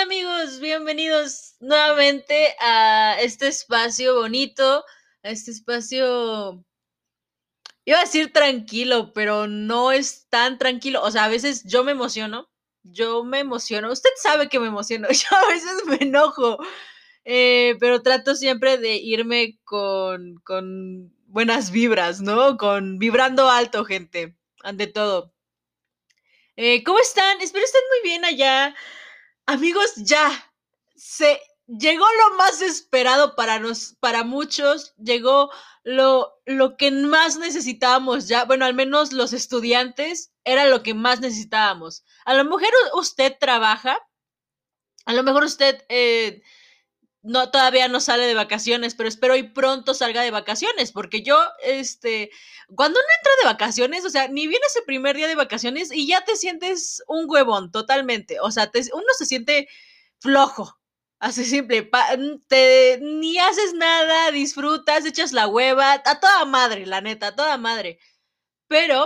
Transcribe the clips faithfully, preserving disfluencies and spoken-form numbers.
amigos? Bienvenidos nuevamente a este espacio bonito, a este espacio, iba a decir tranquilo, pero no es tan tranquilo. O sea, a veces yo me emociono, yo me emociono. Usted sabe que me emociono, yo a veces me enojo, eh, pero trato siempre de irme con, con buenas vibras, ¿no? Con vibrando alto, gente, ante todo. Eh, ¿Cómo están? Espero estén muy bien allá. Amigos, ya se llegó lo más esperado para nos, para muchos, llegó lo, lo que más necesitábamos ya, bueno, al menos los estudiantes era lo que más necesitábamos. A lo mejor usted trabaja, a lo mejor usted eh, no todavía no sale de vacaciones, pero espero y pronto salga de vacaciones, porque yo, este, cuando uno entra de vacaciones, o sea, ni viene ese primer día de vacaciones y ya te sientes un huevón totalmente, o sea, te, uno se siente flojo, así simple, pa, te, ni haces nada, disfrutas, echas la hueva, a toda madre, la neta, a toda madre, pero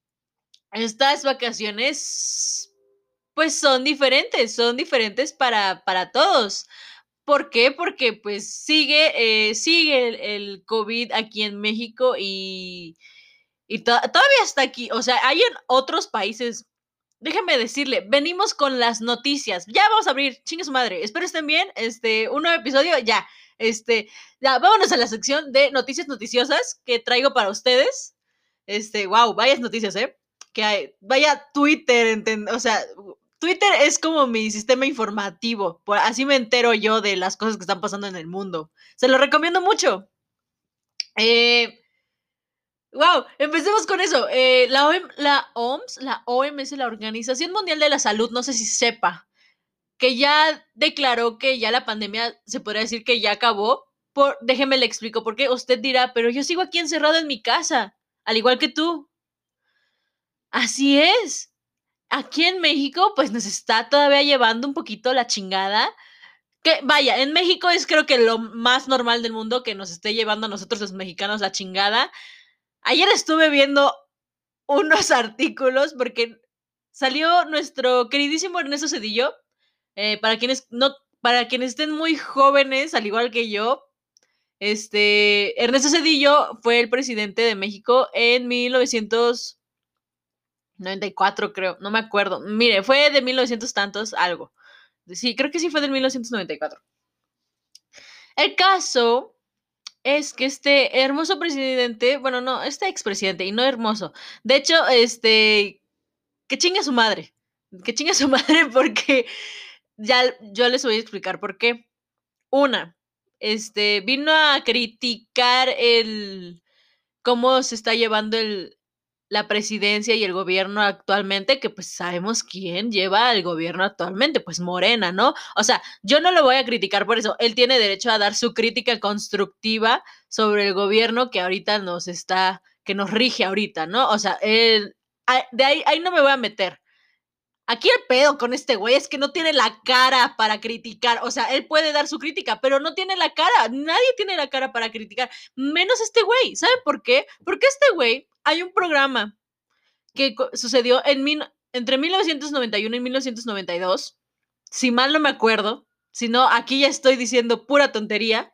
estas vacaciones, pues son diferentes, son diferentes para, para todos. ¿Por qué? Porque pues sigue, eh, sigue el, el COVID aquí en México y, y to todavía está aquí. O sea, hay en otros países. Déjenme decirle, venimos con las noticias. Ya vamos a abrir, chingue su madre. Espero estén bien. Este, un nuevo episodio, ya. Este, ya, vámonos a la sección de noticias noticiosas que traigo para ustedes. Este, wow, varias noticias, ¿eh? Que hay, vaya Twitter, o sea, Twitter es como mi sistema informativo, por, así me entero yo de las cosas que están pasando en el mundo. Se lo recomiendo mucho. Eh, wow, empecemos con eso. Eh, la, OM, la OMS, la O M S, la Organización Mundial de la Salud, no sé si sepa, que ya declaró que ya la pandemia se podría decir que ya acabó. Por, déjeme le explico por qué. Usted dirá, pero yo sigo aquí encerrado en mi casa, al igual que tú. Así es. Aquí en México, pues nos está todavía llevando un poquito la chingada. Que vaya, en México es creo que lo más normal del mundo que nos esté llevando a nosotros los mexicanos la chingada. Ayer estuve viendo unos artículos porque salió nuestro queridísimo Ernesto Cedillo. Eh, para quienes no, para quienes estén muy jóvenes, al igual que yo, este Ernesto Cedillo fue el presidente de México en mil novecientos noventa y cuatro, creo, no me acuerdo. Mire, fue de mil novecientos tantos, algo. Sí, creo que sí fue del mil novecientos noventa y cuatro. El caso es que este hermoso presidente, bueno, no, este expresidente, y no hermoso. De hecho, este, que chingue a su madre. Que chingue a su madre porque ya yo les voy a explicar por qué. Una, este, vino a criticar el cómo se está llevando el, la presidencia y el gobierno actualmente, que pues sabemos quién lleva el gobierno actualmente, pues Morena, ¿no? O sea, yo no lo voy a criticar por eso, él tiene derecho a dar su crítica constructiva sobre el gobierno que ahorita nos está, que nos rige ahorita, ¿no? O sea, él, de ahí, ahí no me voy a meter. Aquí el pedo con este güey es que no tiene la cara para criticar. O sea, él puede dar su crítica, pero no tiene la cara. Nadie tiene la cara para criticar, menos este güey. ¿Sabe por qué? Porque este güey, hay un programa que sucedió en mil, entre mil novecientos noventa y uno y mil novecientos noventa y dos. Si mal no me acuerdo, si no, aquí ya estoy diciendo pura tontería.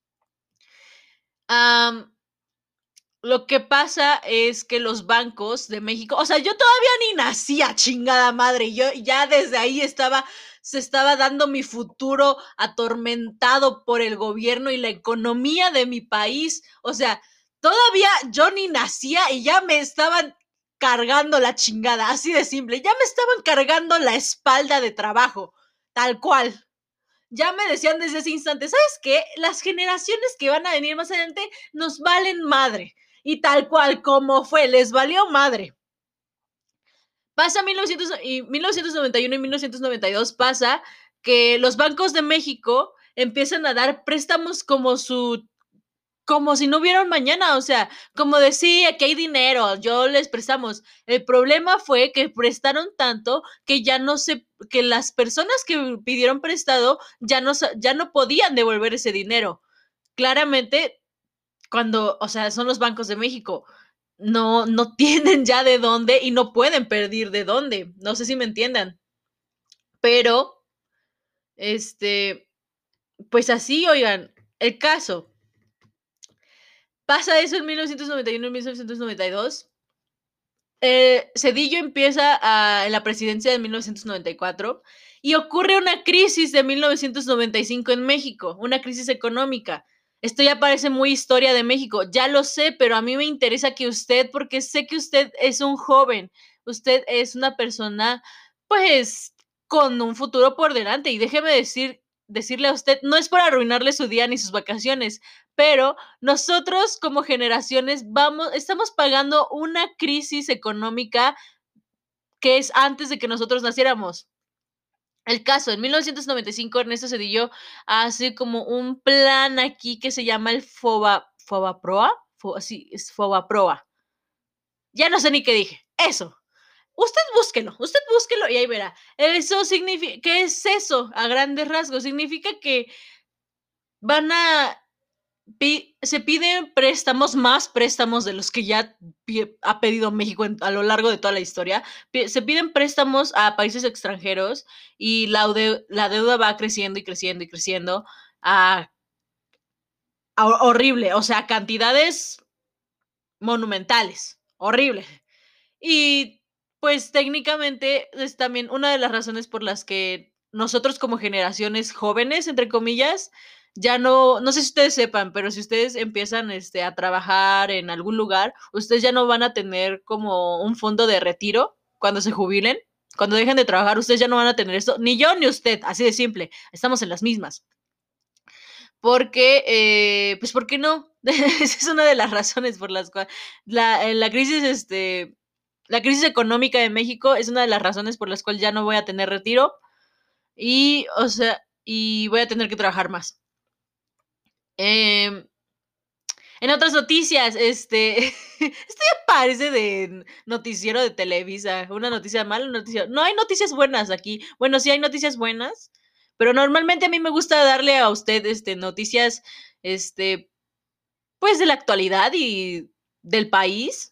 Um, Lo que pasa es que los bancos de México, o sea, yo todavía ni nacía, chingada madre, yo ya desde ahí estaba, se estaba dando mi futuro atormentado por el gobierno y la economía de mi país, o sea, todavía yo ni nacía y ya me estaban cargando la chingada, así de simple, ya me estaban cargando la espalda de trabajo, tal cual. Ya me decían desde ese instante, ¿sabes qué? Las generaciones que van a venir más adelante nos valen madre. Y tal cual como fue, les valió madre. Pasa mil novecientos, y mil novecientos noventa y uno y mil novecientos noventa y dos pasa que los bancos de México empiezan a dar préstamos como su como si no hubiera un mañana, o sea, como decía que hay dinero, yo les prestamos. El problema fue que prestaron tanto que ya no se, que las personas que pidieron prestado ya no, ya no podían devolver ese dinero. Claramente, cuando, o sea, son los bancos de México, no, no tienen ya de dónde y no pueden pedir de dónde. No sé si me entiendan. Pero Este, pues así, oigan, el caso. Pasa eso en mil novecientos noventa y uno y mil novecientos noventa y dos. Eh, Cedillo empieza a, en la presidencia de mil novecientos noventa y cuatro y ocurre una crisis de mil novecientos noventa y cinco en México, una crisis económica. Esto ya parece muy historia de México, ya lo sé, pero a mí me interesa que usted, porque sé que usted es un joven, usted es una persona, pues, con un futuro por delante. Y déjeme decir, decirle a usted, no es para arruinarle su día ni sus vacaciones, pero nosotros como generaciones vamos, estamos pagando una crisis económica que es antes de que nosotros naciéramos. El caso, en mil novecientos noventa y cinco Ernesto Cedillo hace como un plan aquí que se llama el FOBA, FOBAPROA, Fo, sí, es FOBAPROA. Ya no sé ni qué dije. Eso. Usted búsquelo, usted búsquelo y ahí verá. Eso significa, ¿qué es eso? A grandes rasgos, significa que van a se piden préstamos, más préstamos de los que ya ha pedido México en, a lo largo de toda la historia. Se piden préstamos a países extranjeros y la, de, la deuda va creciendo y creciendo y creciendo a, a horrible, o sea, cantidades monumentales, horrible. Y pues técnicamente es también una de las razones por las que nosotros como generaciones jóvenes, entre comillas, ya no, no sé si ustedes sepan, pero si ustedes empiezan este, a trabajar en algún lugar, ustedes ya no van a tener como un fondo de retiro cuando se jubilen. Cuando dejen de trabajar, ustedes ya no van a tener esto, ni yo ni usted, así de simple, estamos en las mismas. Porque, eh, pues, ¿por qué no? Esa es una de las razones por las cuales la, la crisis, este, la crisis económica de México es una de las razones por las cuales ya no voy a tener retiro y, o sea, y voy a tener que trabajar más. Eh, en otras noticias, este, esto ya parece de noticiero de Televisa, una noticia mala, una noticia, no hay noticias buenas aquí. Bueno, sí hay noticias buenas, pero normalmente a mí me gusta darle a usted, este, noticias, este, pues de la actualidad y del país.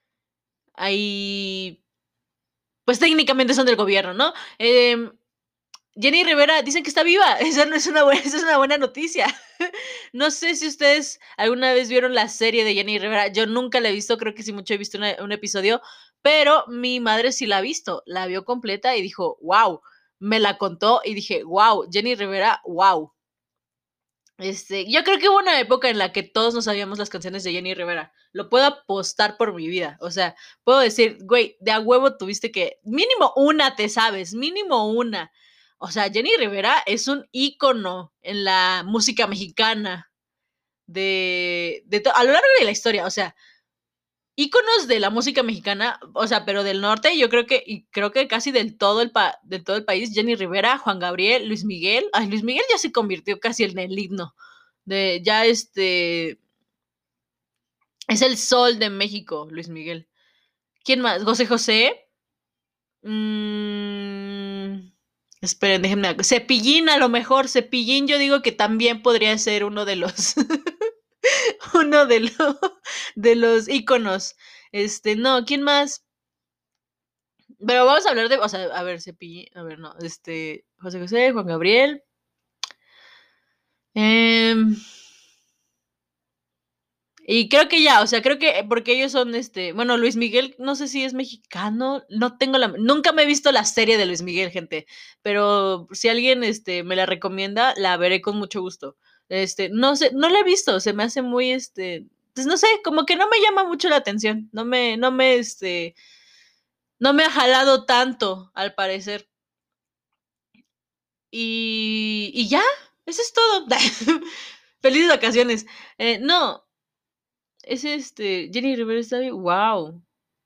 Ahí, pues técnicamente son del gobierno, ¿no? Eh, Jenny Rivera dicen que está viva. Esa no es una buena, esa es una buena noticia. No sé si ustedes alguna vez vieron la serie de Jenny Rivera. Yo nunca la he visto, creo que sí mucho he visto una, un episodio, pero mi madre sí la ha visto, la vio completa y dijo, wow, me la contó y dije, wow, Jenny Rivera, wow. Este, yo creo que hubo una época en la que todos no sabíamos las canciones de Jenny Rivera. Lo puedo apostar por mi vida. O sea, puedo decir, güey, de a huevo tuviste que, mínimo una te sabes, mínimo una. O sea, Jenny Rivera es un ícono en la música mexicana de, de a lo largo de la historia. O sea, íconos de la música mexicana, o sea, pero del norte, yo creo que, y creo que casi del todo el, pa, del todo el país, Jenny Rivera, Juan Gabriel, Luis Miguel. Ay, Luis Miguel ya se convirtió casi en el himno de ya este es el sol de México, Luis Miguel. ¿Quién más? José José. Mm, esperen, déjenme. Cepillín, a lo mejor. Cepillín, yo digo que también podría ser uno de los. uno de los. de los íconos. Este, no, ¿quién más? Pero vamos a hablar de. O sea, a ver, Cepillín. A ver, no. Este. José José, Juan Gabriel. Eh, Y creo que ya, o sea, creo que porque ellos son este, bueno, Luis Miguel, no sé si es mexicano, no tengo la, nunca me he visto la serie de Luis Miguel, gente, pero si alguien este me la recomienda, la veré con mucho gusto. Este, no sé, no la he visto, se me hace muy este, pues no sé, como que no me llama mucho la atención, no me, no me este, no me ha jalado tanto, al parecer. Y, y ya, eso es todo. Felices vacaciones. Eh, no, es este, Jenny Rivera está bien, wow.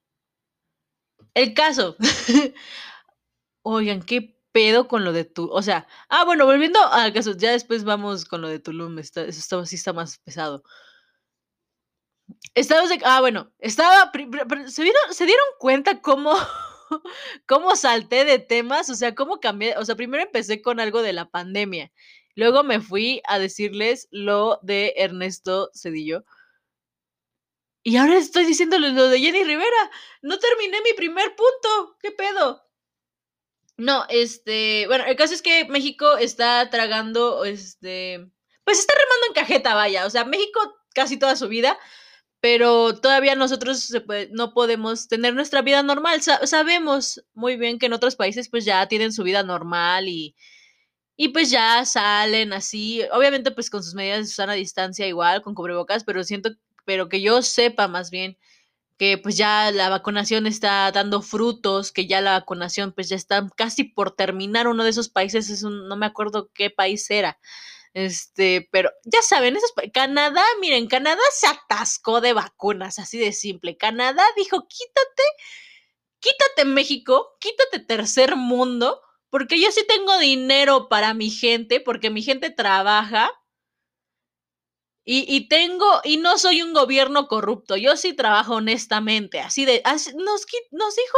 El caso. Oigan, qué pedo con lo de tu, o sea, ah, bueno, volviendo al caso, ya después vamos con lo de Tulum, está, eso está, sí está más pesado. Estábamos de, ah, bueno, estaba, se dieron, se dieron cuenta cómo, cómo salté de temas, o sea, cómo cambié, o sea, primero empecé con algo de la pandemia, luego me fui a decirles lo de Ernesto Cedillo, y ahora estoy diciéndoles lo de Jenny Rivera, no terminé mi primer punto, ¿qué pedo? No, este, bueno, el caso es que México está tragando, este, pues está remando en cajeta, vaya. O sea, México casi toda su vida, pero todavía nosotros se puede- no podemos tener nuestra vida normal. Sa- sabemos muy bien que en otros países pues ya tienen su vida normal y, y pues ya salen así, obviamente pues con sus medidas de sana distancia igual, con cubrebocas, pero siento, pero que yo sepa más bien que pues ya la vacunación está dando frutos, que ya la vacunación pues ya está casi por terminar. Uno de esos países es un, no me acuerdo qué país era, este, pero ya saben, esos, pa- Canadá, miren, Canadá se atascó de vacunas, así de simple. Canadá dijo, quítate, quítate México, quítate tercer mundo, porque yo sí tengo dinero para mi gente, porque mi gente trabaja. Y, y tengo, y no soy un gobierno corrupto, yo sí trabajo honestamente, así de, así- nos, qui- nos dijo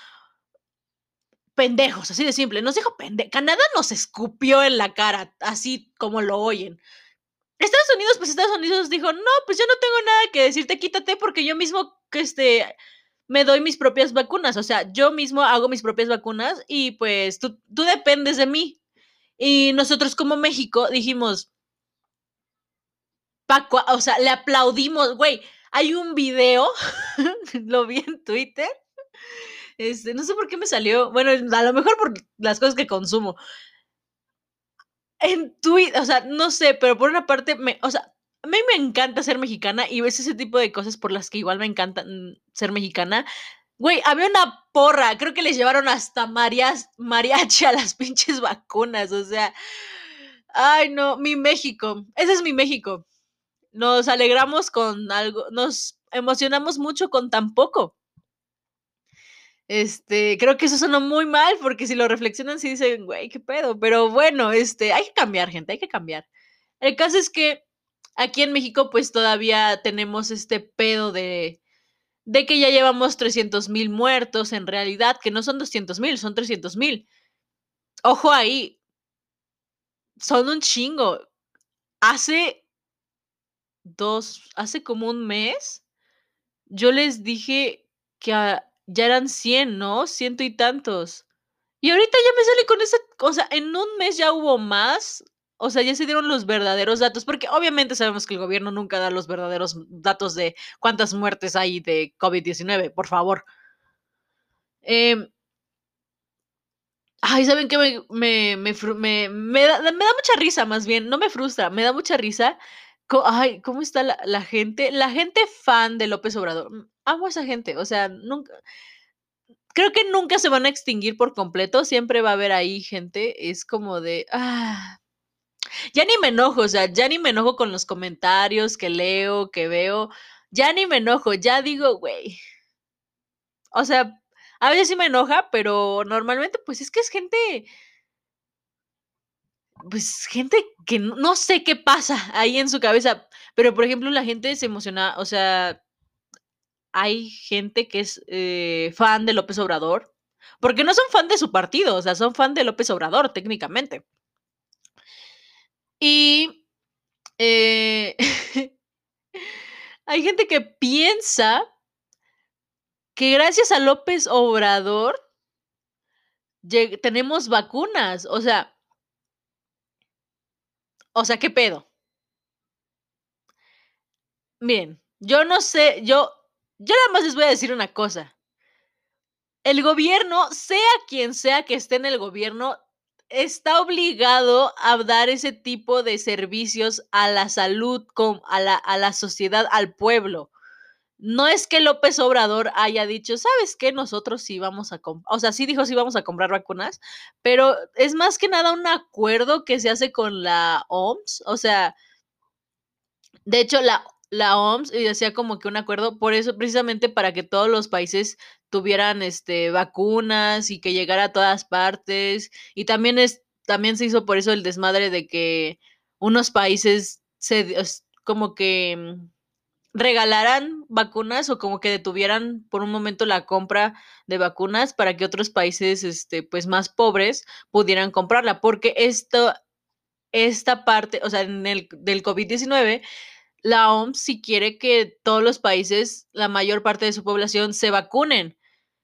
pendejos, así de simple, nos dijo pendejos, Canadá nos escupió en la cara, así como lo oyen. Estados Unidos, pues Estados Unidos dijo, no, pues yo no tengo nada que decirte, quítate porque yo mismo, que este, me doy mis propias vacunas, o sea, yo mismo hago mis propias vacunas y pues tú, tú dependes de mí. Y nosotros como México dijimos, Paco, o sea, le aplaudimos, güey. Hay un video, lo vi en Twitter, este, no sé por qué me salió, bueno, a lo mejor por las cosas que consumo. En Twitter, o sea, no sé, pero por una parte, me, o sea, a mí me encanta ser mexicana y ves ese tipo de cosas por las que igual me encanta mm, ser mexicana. Güey, había una porra, creo que les llevaron hasta marias, mariachi a las pinches vacunas, o sea, ay no, mi México, ese es mi México. Nos alegramos con algo, nos emocionamos mucho con tan poco. Este, creo que eso sonó muy mal, porque si lo reflexionan, sí dicen, güey, qué pedo. Pero bueno, este, hay que cambiar, gente, hay que cambiar. El caso es que aquí en México, pues todavía tenemos este pedo de, de que ya llevamos trescientos mil muertos en realidad, que no son doscientos mil, son trescientos mil. Ojo ahí, son un chingo. Hace dos, hace como un mes, yo les dije que ah, ya eran cien, ¿no? Ciento y tantos. Y ahorita ya me sale con esa cosa, en un mes ya hubo más, o sea, ya se dieron los verdaderos datos, porque obviamente sabemos que el gobierno nunca da los verdaderos datos de cuántas muertes hay de COVID diecinueve, por favor. Eh, ay, ¿saben qué? Me, me, me, fru- me, me da, me da mucha risa, más bien, no me frustra, me da mucha risa. Co- Ay, ¿cómo está la, la gente? La gente fan de López Obrador. Mm, Amo a esa gente, o sea, nunca, creo que nunca se van a extinguir por completo, siempre va a haber ahí gente, es como de, ah, ya ni me enojo, o sea, ya ni me enojo con los comentarios que leo, que veo, ya ni me enojo, ya digo, güey, o sea, a veces sí me enoja, pero normalmente pues es que es gente, pues gente que no, no sé qué pasa ahí en su cabeza, pero por ejemplo la gente se emociona, o sea, hay gente que es eh, fan de López Obrador, porque no son fan de su partido, o sea, son fan de López Obrador técnicamente. Y eh, hay gente que piensa que gracias a López Obrador lleg- tenemos vacunas. O sea, o sea, ¿qué pedo? Miren, yo no sé, yo, yo nada más les voy a decir una cosa. El gobierno, sea quien sea que esté en el gobierno, está obligado a dar ese tipo de servicios a la salud, com- a la, a la sociedad, al pueblo. No es que López Obrador haya dicho, ¿sabes qué? Nosotros sí vamos a comprar, o sea, sí dijo sí vamos a comprar vacunas, pero es más que nada un acuerdo que se hace con la O M S, o sea, de hecho la, la O M S y hacía como que un acuerdo, por eso precisamente para que todos los países tuvieran este vacunas y que llegara a todas partes, y también es también se hizo por eso el desmadre de que unos países se es como que mm, regalaran vacunas o como que detuvieran por un momento la compra de vacunas para que otros países, este, pues más pobres pudieran comprarla, porque esto, esta parte, o sea, en el del COVID diecinueve, la O M S sí quiere que todos los países, la mayor parte de su población se vacunen.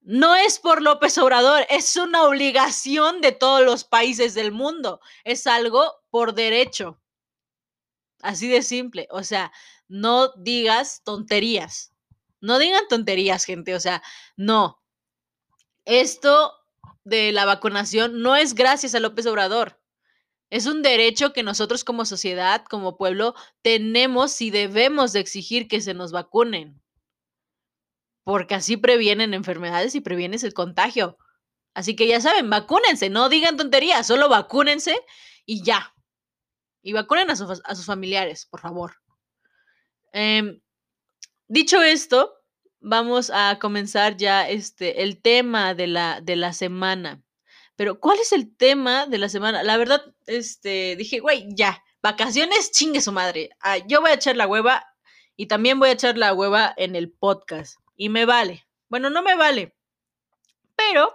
No es por López Obrador, es una obligación de todos los países del mundo. Es algo por derecho. Así de simple. O sea, no digas tonterías. No digan tonterías, gente. O sea, no. Esto de la vacunación no es gracias a López Obrador. Es un derecho que nosotros como sociedad, como pueblo, tenemos y debemos de exigir que se nos vacunen. Porque así previenen enfermedades y previenes el contagio. Así que ya saben, vacúnense, no digan tonterías, solo vacúnense y ya. Y vacunen a, su, a sus familiares, por favor. Eh, dicho esto, vamos a comenzar ya este, el tema de la, de la semana. Pero, ¿cuál es el tema de la semana? La verdad, este, dije, güey, ya, vacaciones, chingue su madre. Ah, yo voy a echar la hueva y también voy a echar la hueva en el podcast. Y me vale. Bueno, no me vale. Pero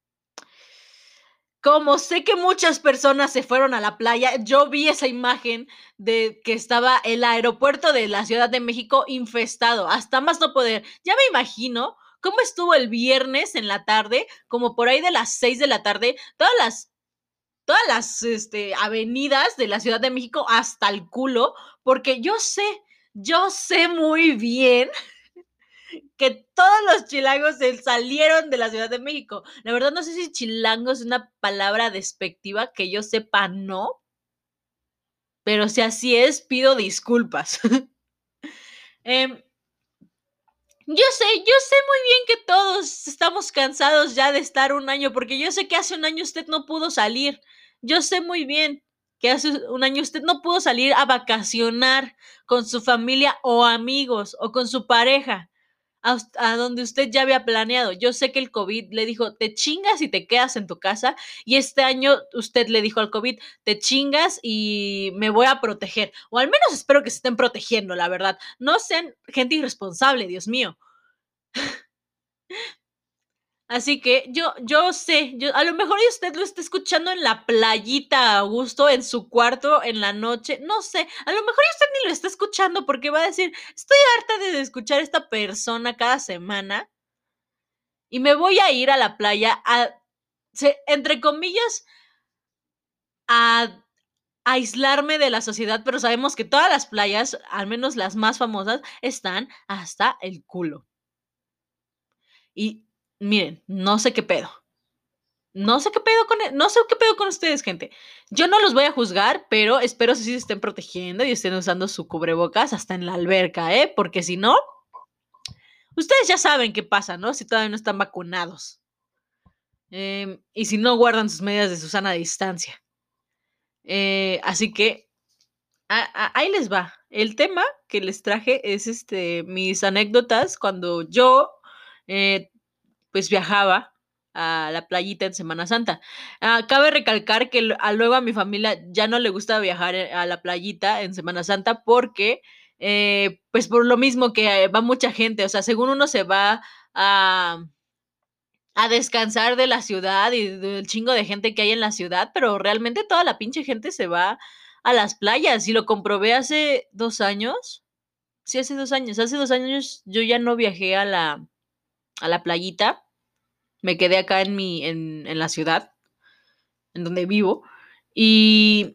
como sé que muchas personas se fueron a la playa, yo vi esa imagen de que estaba el aeropuerto de la Ciudad de México infestado, hasta más no poder. Ya me imagino cómo estuvo el viernes en la tarde, como por ahí de las seis de la tarde, todas las todas las este, avenidas de la Ciudad de México hasta el culo, porque yo sé, yo sé muy bien que todos los chilangos se salieron de la Ciudad de México. La verdad no sé si chilango es una palabra despectiva, que yo sepa no, pero si así es, pido disculpas. eh, yo sé, yo sé muy bien que todos estamos cansados ya de estar un año, porque yo sé que hace un año usted no pudo salir. Yo sé muy bien que hace un año usted no pudo salir a vacacionar con su familia o amigos o con su pareja a, a donde usted ya había planeado. Yo sé que el COVID le dijo, te chingas y te quedas en tu casa, y este año usted le dijo al COVID, te chingas y me voy a proteger, o al menos espero que se estén protegiendo, la verdad. No sean gente irresponsable, Dios mío. Así que yo, yo sé, yo, a lo mejor usted lo está escuchando en la playita a gusto, en su cuarto, en la noche, no sé, a lo mejor usted ni lo está escuchando porque va a decir, estoy harta de escuchar a esta persona cada semana y me voy a ir a la playa a, se, entre comillas, a aislarme de la sociedad, pero sabemos que todas las playas, al menos las más famosas, están hasta el culo. Y miren, no sé qué pedo. No sé qué pedo con, no sé qué pedo con ustedes, gente. Yo no los voy a juzgar, pero espero que sí se estén protegiendo y estén usando su cubrebocas hasta en la alberca, ¿eh? Porque si no, ustedes ya saben qué pasa, ¿no? Si todavía no están vacunados. Eh, y si no guardan sus medidas de su sana distancia. Eh, así que a, a, ahí les va. El tema que les traje es este mis anécdotas cuando yo eh, pues viajaba a la playita en Semana Santa. Ah, cabe recalcar que a, luego a mi familia ya no le gusta viajar a la playita en Semana Santa porque, eh, pues por lo mismo que va mucha gente, o sea, según uno se va a, a descansar de la ciudad y del chingo de gente que hay en la ciudad, pero realmente toda la pinche gente se va a las playas y lo comprobé hace dos años. Sí, hace dos años. Hace dos años yo ya no viajé a la, a la playita, me quedé acá en mi, en, en la ciudad, en donde vivo, y,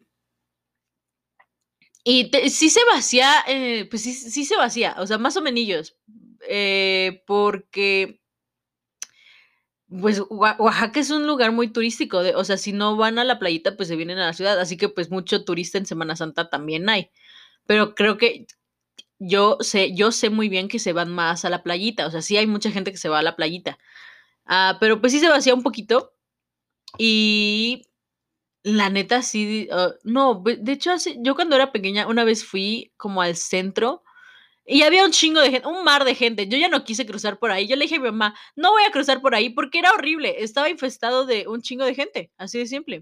y te, sí se vacía, eh, pues sí, sí se vacía, o sea, más o menos, eh, porque, pues, Oaxaca es un lugar muy turístico, de, o sea, si no van a la playita, pues se vienen a la ciudad, así que pues mucho turista en Semana Santa también hay, pero creo que yo sé, yo sé muy bien que se van más a la playita, o sea, sí hay mucha gente que se va a la playita, ah, pero pues sí se vacía un poquito, y la neta sí, uh, no, de hecho, hace, yo cuando era pequeña una vez fui como al centro y había un chingo de gente, un mar de gente. Yo ya no quise cruzar por ahí. Yo le dije a mi mamá, no voy a cruzar por ahí porque era horrible. Estaba infestado de un chingo de gente, así de simple.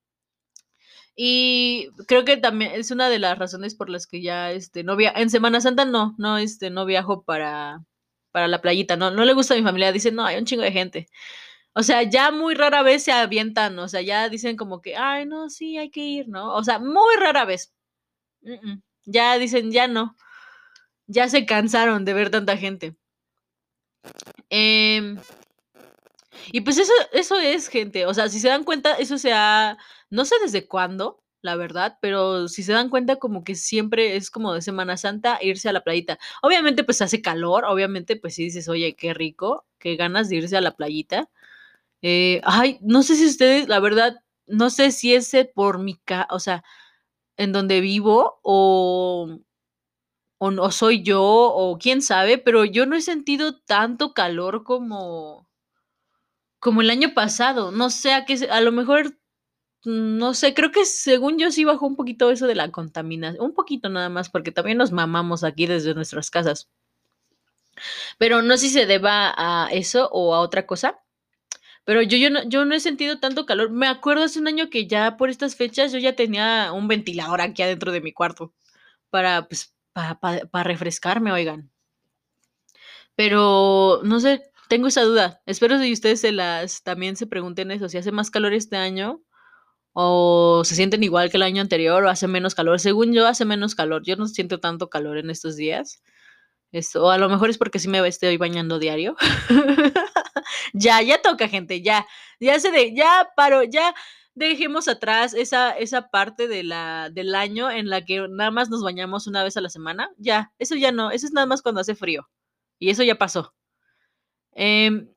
Y creo que también es una de las razones por las que ya, este, no via en Semana Santa no, no, este, no viajo para, para la playita. No, no le gusta a mi familia. Dicen, no, hay un chingo de gente. O sea, ya muy rara vez se avientan, o sea, ya dicen como que, ay, no, sí, hay que ir, ¿no? O sea, muy rara vez. Mm, mm. Ya dicen, ya no, ya se cansaron de ver tanta gente. Eh, Y pues eso eso es, gente, o sea, si se dan cuenta, eso se ha no sé desde cuándo, la verdad, pero si se dan cuenta como que siempre es como de Semana Santa irse a la playita. Obviamente, pues hace calor, obviamente, pues sí dices: "Oye, qué rico, qué ganas de irse a la playita". Eh, ay, no sé si ustedes, la verdad, no sé si ese por mi ca o sea, en donde vivo o o no soy yo o quién sabe, pero yo no he sentido tanto calor como como el año pasado. No sé a qué se a lo mejor, mm, no sé, creo que según yo sí bajó un poquito eso de la contaminación, un poquito nada más, porque también nos mamamos aquí desde nuestras casas. Pero no sé si se deba a eso o a otra cosa, pero yo yo no yo no he sentido tanto calor. Me acuerdo hace un año que ya por estas fechas yo ya tenía un ventilador aquí adentro de mi cuarto para, pues, para para para refrescarme, oigan. Pero no sé, tengo esa duda. Espero si ustedes se las también se pregunten eso, si hace más calor este año o se sienten igual que el año anterior o hace menos calor. Según yo, hace menos calor. Yo no siento tanto calor en estos días. Eso, o a lo mejor es porque sí me estoy bañando diario. Ya, ya toca, gente, ya. Ya se de ya paro, ya dejemos atrás esa esa parte de la del año en la que nada más nos bañamos una vez a la semana. Ya, eso ya no, eso es nada más cuando hace frío, y eso ya pasó. Em,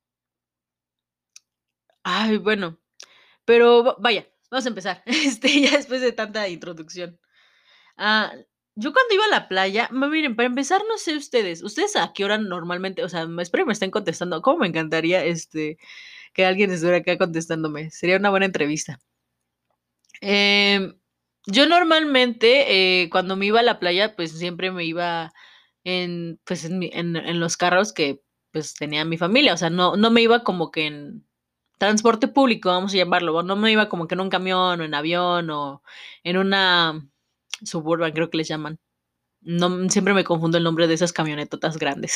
ay, bueno, pero va vaya, vamos a empezar, este, ya después de tanta introducción. Ah, yo cuando iba a la playa, me miren, para empezar, no sé ustedes, ¿ustedes a qué hora normalmente? O sea, me espero y me estén contestando. Cómo me encantaría, este, que alguien estuviera acá contestándome. Sería una buena entrevista. Em, yo normalmente, eh, cuando me iba a la playa, pues siempre me iba en, pues en, mi- en, en los carros que pues tenía mi familia. O sea, no, no me iba como que en transporte público, vamos a llamarlo. o No me iba como que en un camión o en avión o en una suburban, creo que les llaman. No, siempre me confundo el nombre de esas camionetotas grandes.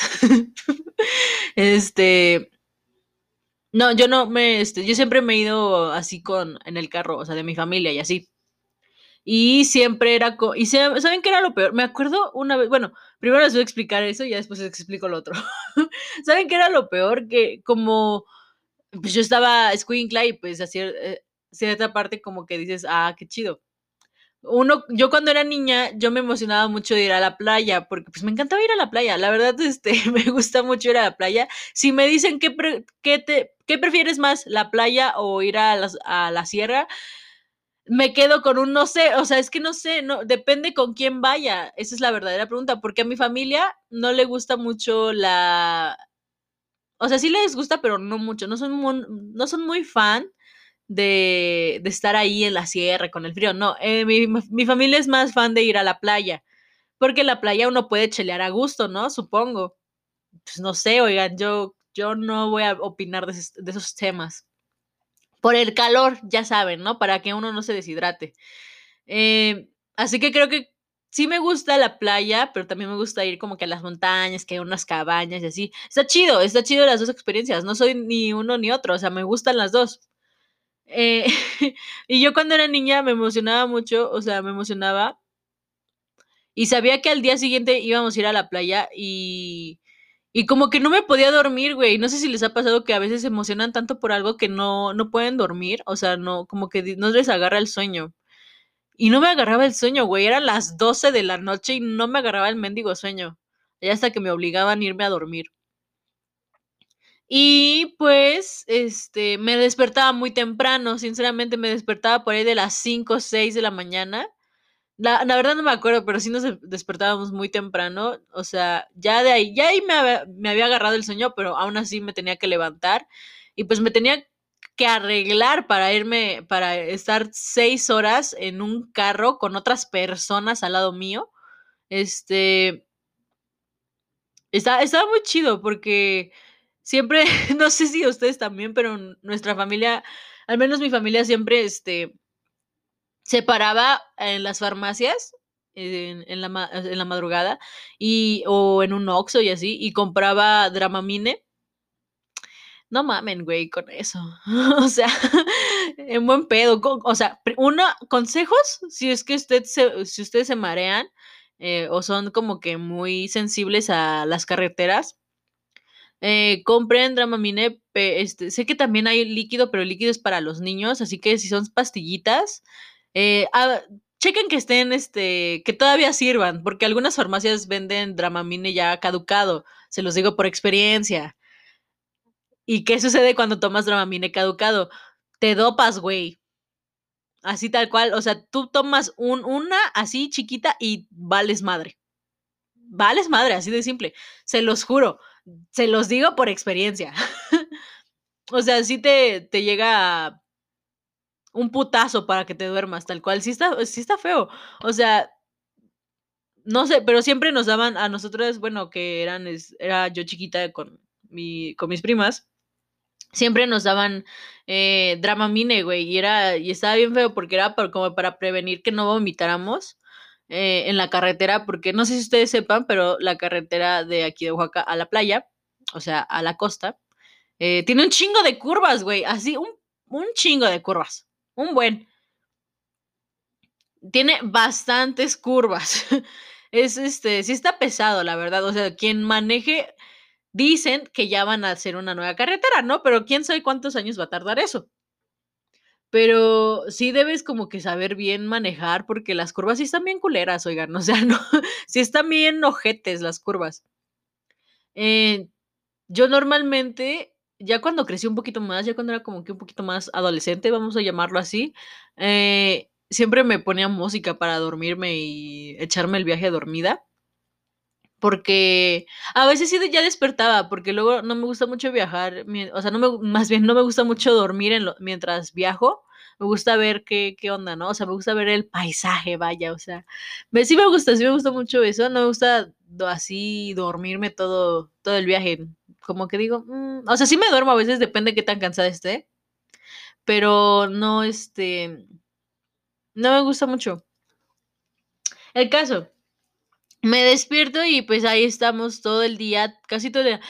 Este, no, yo no me, este, yo siempre me he ido así con, en el carro, o sea, de mi familia y así. Y siempre era co y sa ¿saben qué era lo peor? Me acuerdo una vez, bueno, primero les voy a explicar eso y ya después les explico lo otro. ¿Saben qué era lo peor? Que como, pues, yo estaba escuincla y, pues, hacía, eh, cierta parte como que dices: "Ah, qué chido". Uno yo cuando era niña, yo me emocionaba mucho de ir a la playa, porque, pues, me encantaba ir a la playa. La verdad, este, me gusta mucho ir a la playa. Si me dicen: "¿Qué pre qué te qué prefieres más, la playa o ir a las a la sierra?", me quedo con un no sé, o sea, es que no sé, no, depende con quién vaya. Esa es la verdadera pregunta, porque a mi familia no le gusta mucho la, o sea, sí les gusta, pero no mucho. No son muy, no son muy fan de, de estar ahí en la sierra con el frío. No, eh, mi, mi familia es más fan de ir a la playa, porque en la playa uno puede chelear a gusto, ¿no? Supongo. Pues no sé, oigan, yo, yo no voy a opinar de esos, de esos temas. Por el calor, ya saben, ¿no? Para que uno no se deshidrate. Eh, así que creo que sí me gusta la playa, pero también me gusta ir como que a las montañas, que hay unas cabañas y así. Está chido, está chido las dos experiencias. No soy ni uno ni otro, o sea, me gustan las dos. Eh, y yo cuando era niña me emocionaba mucho, o sea, me emocionaba y sabía que al día siguiente íbamos a ir a la playa y y como que no me podía dormir, güey. No sé si les ha pasado que a veces se emocionan tanto por algo que no no pueden dormir, o sea, no, como que no les agarra el sueño. Y no me agarraba el sueño, güey, eran las doce de la noche y no me agarraba el mendigo sueño, ya hasta que me obligaban a irme a dormir. Y, pues, este, me despertaba muy temprano, sinceramente, me despertaba por ahí de las cinco o seis de la mañana. La la verdad no me acuerdo, pero sí nos de despertábamos muy temprano, o sea, ya de ahí ya ahí me había me había agarrado el sueño, pero aún así me tenía que levantar y, pues, me tenía que arreglar para irme para estar seis horas en un carro con otras personas al lado mío. Este, está estaba muy chido porque siempre, no sé si ustedes también, pero nuestra familia, al menos mi familia siempre, este, se paraba en las farmacias en en la ma en la madrugada y o en un Oxxo y así, y compraba Dramamine. No mamen, güey, con eso. O sea, en buen pedo, co o sea, pri uno, consejos, si es que usted se si ustedes se marean, eh, o son como que muy sensibles a las carreteras, Eh, compren Dramamine, pe- este, sé que también hay líquido, pero el líquido es para los niños, así que si son pastillitas, eh, ah, chequen que estén, este, que todavía sirvan, porque algunas farmacias venden Dramamine ya caducado, se los digo por experiencia. ¿Y qué sucede cuando tomas Dramamine caducado? Te dopas, güey. Así tal cual, o sea, tú tomas un, una así chiquita y vales madre. Vales madre, así de simple. Se los juro. Se los digo por experiencia. O sea, sí te, te llega un putazo para que te duermas, tal cual. Sí está, sí está feo. O sea, no sé, pero siempre nos daban a nosotros, bueno, que eran, es- era yo chiquita con, mi, con mis primas, siempre nos daban eh, Dramamine, güey, y era, y estaba bien feo porque era por- como para prevenir que no vomitáramos eh, en la carretera, porque no sé si ustedes sepan, pero la carretera de aquí de Oaxaca a la playa, o sea, a la costa, eh, tiene un chingo de curvas, güey, así, un, un chingo de curvas, un buen. Tiene bastantes curvas. Es este, sí está pesado, la verdad. O sea, quien maneje, dicen que ya van a hacer una nueva carretera, ¿no? Pero quién sabe cuántos años va a tardar eso. Pero sí debes como que saber bien manejar porque las curvas sí están bien culeras, oigan, o sea, no, sí están bien ojetes las curvas. Eh, yo normalmente, ya cuando crecí un poquito más, ya cuando era como que un poquito más adolescente, vamos a llamarlo así, eh, siempre me ponía música para dormirme y echarme el viaje dormida. Porque a veces sí de- ya despertaba, porque luego no me gusta mucho viajar, mi- o sea, no me, más bien no me gusta mucho dormir en lo- mientras viajo, me gusta ver qué, qué onda, ¿no? O sea, me gusta ver el paisaje, vaya, o sea, me, sí me gusta, sí me gusta mucho eso, no me gusta do- así dormirme todo, todo el viaje, como que digo, mm, o sea, sí me duermo a veces, depende de qué tan cansada esté, pero no, este, no me gusta mucho. El caso, me despierto y pues ahí estamos todo el día, casi todo el día.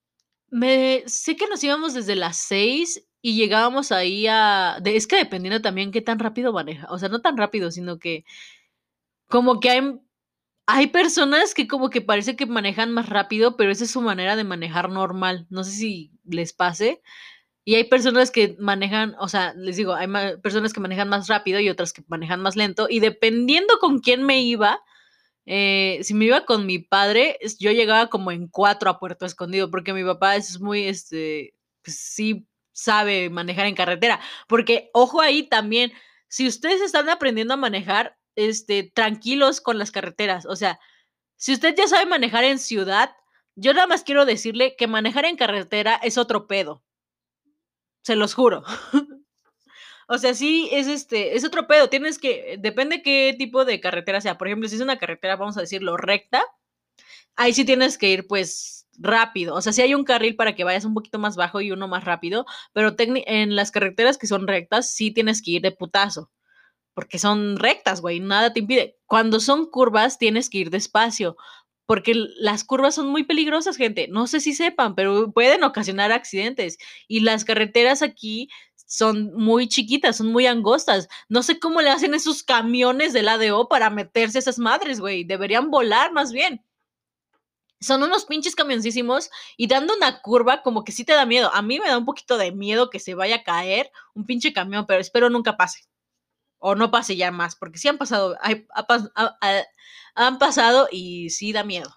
Me sé que nos íbamos desde las seis y llegábamos ahí a de es que dependiendo también qué tan rápido maneja, o sea, no tan rápido, sino que como que hay hay personas que como que parece que manejan más rápido, pero esa es su manera de manejar normal. No sé si les pase. Y hay personas que manejan, o sea, les digo, hay ma personas que manejan más rápido y otras que manejan más lento, y dependiendo con quién me iba, eh, si me iba con mi padre, es- yo llegaba como en cuatro a Puerto Escondido, porque mi papá es muy, este, pues sí sabe manejar en carretera. Porque, ojo ahí también, si ustedes están aprendiendo a manejar, este, tranquilos con las carreteras. O sea, si usted ya sabe manejar en ciudad, yo nada más quiero decirle que manejar en carretera es otro pedo. Se los juro. O sea, sí es este, es otro pedo. Tienes que, depende qué tipo de carretera sea. Por ejemplo, si es una carretera, vamos a decirlo, recta, ahí sí tienes que ir pues rápido. O sea, sí hay un carril para que vayas un poquito más bajo y uno más rápido, pero en las carreteras que son rectas sí tienes que ir de putazo, porque son rectas, güey, nada te impide. Cuando son curvas tienes que ir despacio, porque las curvas son muy peligrosas, gente. No sé si sepan, pero pueden ocasionar accidentes. Y las carreteras aquí son muy chiquitas, son muy angostas. No sé cómo le hacen esos camiones del A D O para meterse a esas madres, güey. Deberían volar más bien. Son unos pinches camioncísimos y dando una curva como que sí te da miedo. A mí me da un poquito de miedo que se vaya a caer un pinche camión, pero espero nunca pase. O no pase ya más, porque sí han pasado, hay, ha, ha, ha, han pasado y sí da miedo.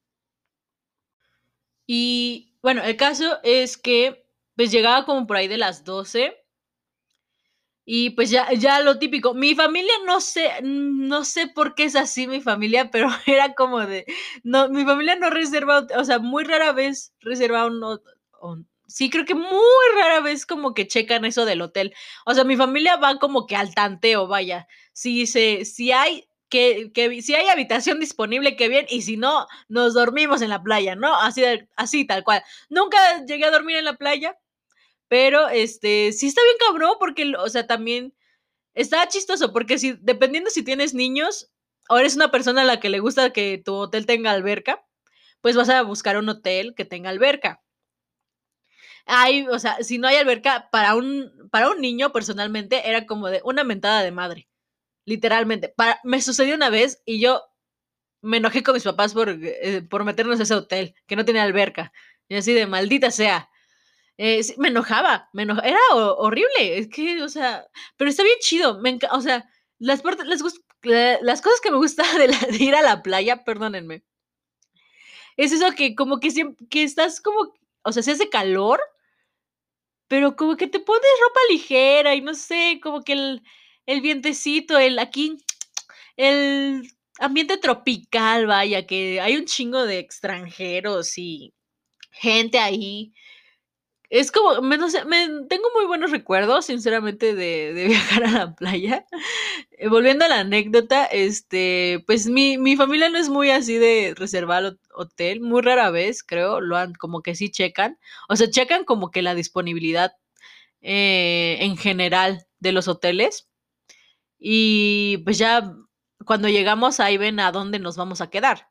Y bueno, el caso es que pues llegaba como por ahí de las doce y pues ya, ya lo típico. Mi familia no sé, no sé por qué es así mi familia, pero era como de, no, mi familia no reserva, o sea, muy rara vez reserva un, un sí, creo que muy rara vez como que checan eso del hotel. O sea, mi familia va como que al tanteo, vaya. Si se, si hay, que, que si hay habitación disponible, qué bien, y si no, nos dormimos en la playa, ¿no? Así, así tal cual. Nunca llegué a dormir en la playa, pero este, sí está bien cabrón, porque, o sea, también está chistoso, porque si, dependiendo si tienes niños, o eres una persona a la que le gusta que tu hotel tenga alberca, pues vas a buscar un hotel que tenga alberca. Hay, o sea, si no hay alberca, para un, para un niño, personalmente, era como de una mentada de madre. Literalmente. Para, me sucedió una vez y yo me enojé con mis papás por, eh, por meternos a ese hotel, que no tenía alberca. Y así de maldita sea. Eh, sí, me enojaba, me enoja era ho horrible, es que, o sea, pero está bien chido, me enca o sea, las partes las gus la las cosas que me gusta de la de ir a la playa, perdónenme, es eso que como que siem que estás como, o sea, sí hace calor, pero como que te pones ropa ligera y no sé, como que el el vientecito, el aquí, el ambiente tropical, vaya, que hay un chingo de extranjeros y gente ahí. Es como, me no sé, me tengo muy buenos recuerdos, sinceramente, de de viajar a la playa. Eh, volviendo a la anécdota, este, pues, mi mi familia no es muy así de reservar hot hotel, muy rara vez, creo, lo han como que sí checan, o sea, checan como que la disponibilidad, eh, en general de los hoteles, y, pues, ya cuando llegamos ahí ven a dónde nos vamos a quedar.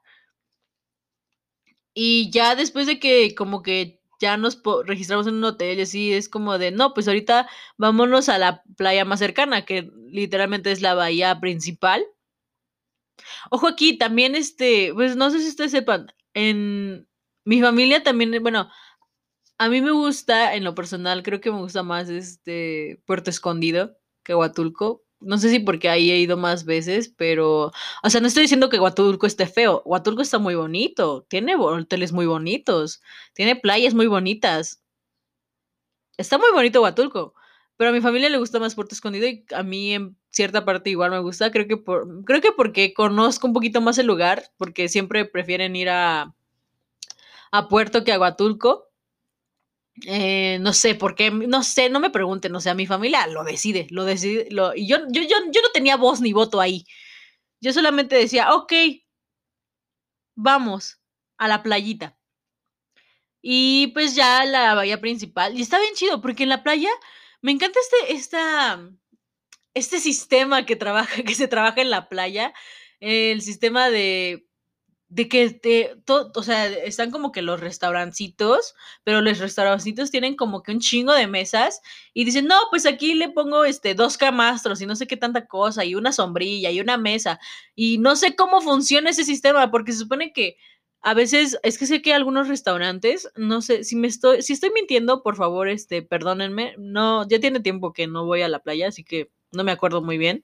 Y ya después de que como que ya nos po registramos en un hotel y así, es como de: "No, pues ahorita vámonos a la playa más cercana", que literalmente es la bahía principal. Ojo aquí, también, este, pues, no sé si ustedes sepan, en mi familia también, eh, bueno, a mí me gusta, en lo personal, creo que me gusta más, este, Puerto Escondido que Huatulco. No sé si porque ahí he ido más veces, pero, o sea, no estoy diciendo que Huatulco esté feo. Huatulco está muy bonito, tiene bo hoteles muy bonitos, tiene playas muy bonitas. Está muy bonito Huatulco, pero a mi familia le gusta más Puerto Escondido y a mí en cierta parte igual me gusta. Creo que por creo que porque conozco un poquito más el lugar, porque siempre prefieren ir a a Puerto que a Huatulco. Eh, no sé por qué, no sé, no me pregunten, o sea, mi familia lo decide, lo decide, lo y yo yo yo yo no tenía voz ni voto ahí. Yo solamente decía: "Okey, vamos a la playita". Y, pues, ya la bahía principal y está bien chido, porque en la playa me encanta este esta este sistema que trabaja que se trabaja en la playa, el sistema de de que te to o sea, están como que los restaurancitos, pero los restaurancitos tienen como que un chingo de mesas y dicen: "No, pues aquí le pongo, este, dos camastros y no sé qué tanta cosa, y una sombrilla y una mesa". Y no sé cómo funciona ese sistema, porque se supone que a veces es que sé que algunos restaurantes, no sé, si me estoy si estoy mintiendo, por favor, este, perdónenme, no, ya tiene tiempo que no voy a la playa, así que no me acuerdo muy bien.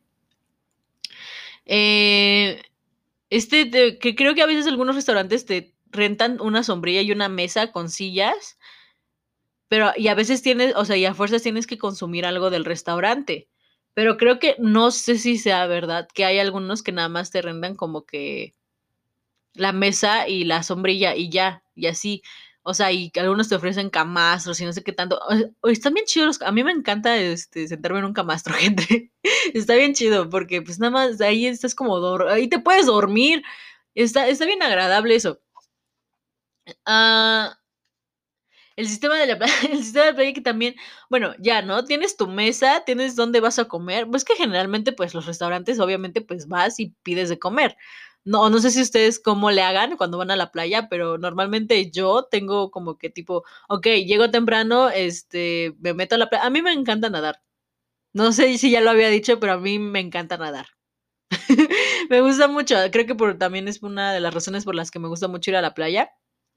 Eh, este, de que creo que a veces algunos restaurantes te rentan una sombrilla y una mesa con sillas, pero y a veces tienes, o sea, y a fuerzas tienes que consumir algo del restaurante. Pero creo que no sé si sea verdad, que hay algunos que nada más te rentan como que la mesa y la sombrilla y ya, y así. O sea, y que algunos te ofrecen camastros y no sé qué tanto. O sea, o están bien chidos los a mí me encanta, este, sentarme en un camastro, gente. Está bien chido porque, pues, nada más ahí estás como dor ahí te puedes dormir. Está está bien agradable eso. Ah, el sistema de la playa el sistema de playa que también, bueno, ya, ¿no? Tienes tu mesa, tienes dónde vas a comer. Pues, que generalmente, pues, los restaurantes, obviamente, pues, vas y pides de comer. No, no sé si ustedes cómo le hagan cuando van a la playa, pero normalmente yo tengo como que tipo, okey, llego temprano, este, me meto a la playa. A mí me encanta nadar. No sé si ya lo había dicho, pero a mí me encanta nadar. Me gusta mucho, creo que por también es una de las razones por las que me gusta mucho ir a la playa.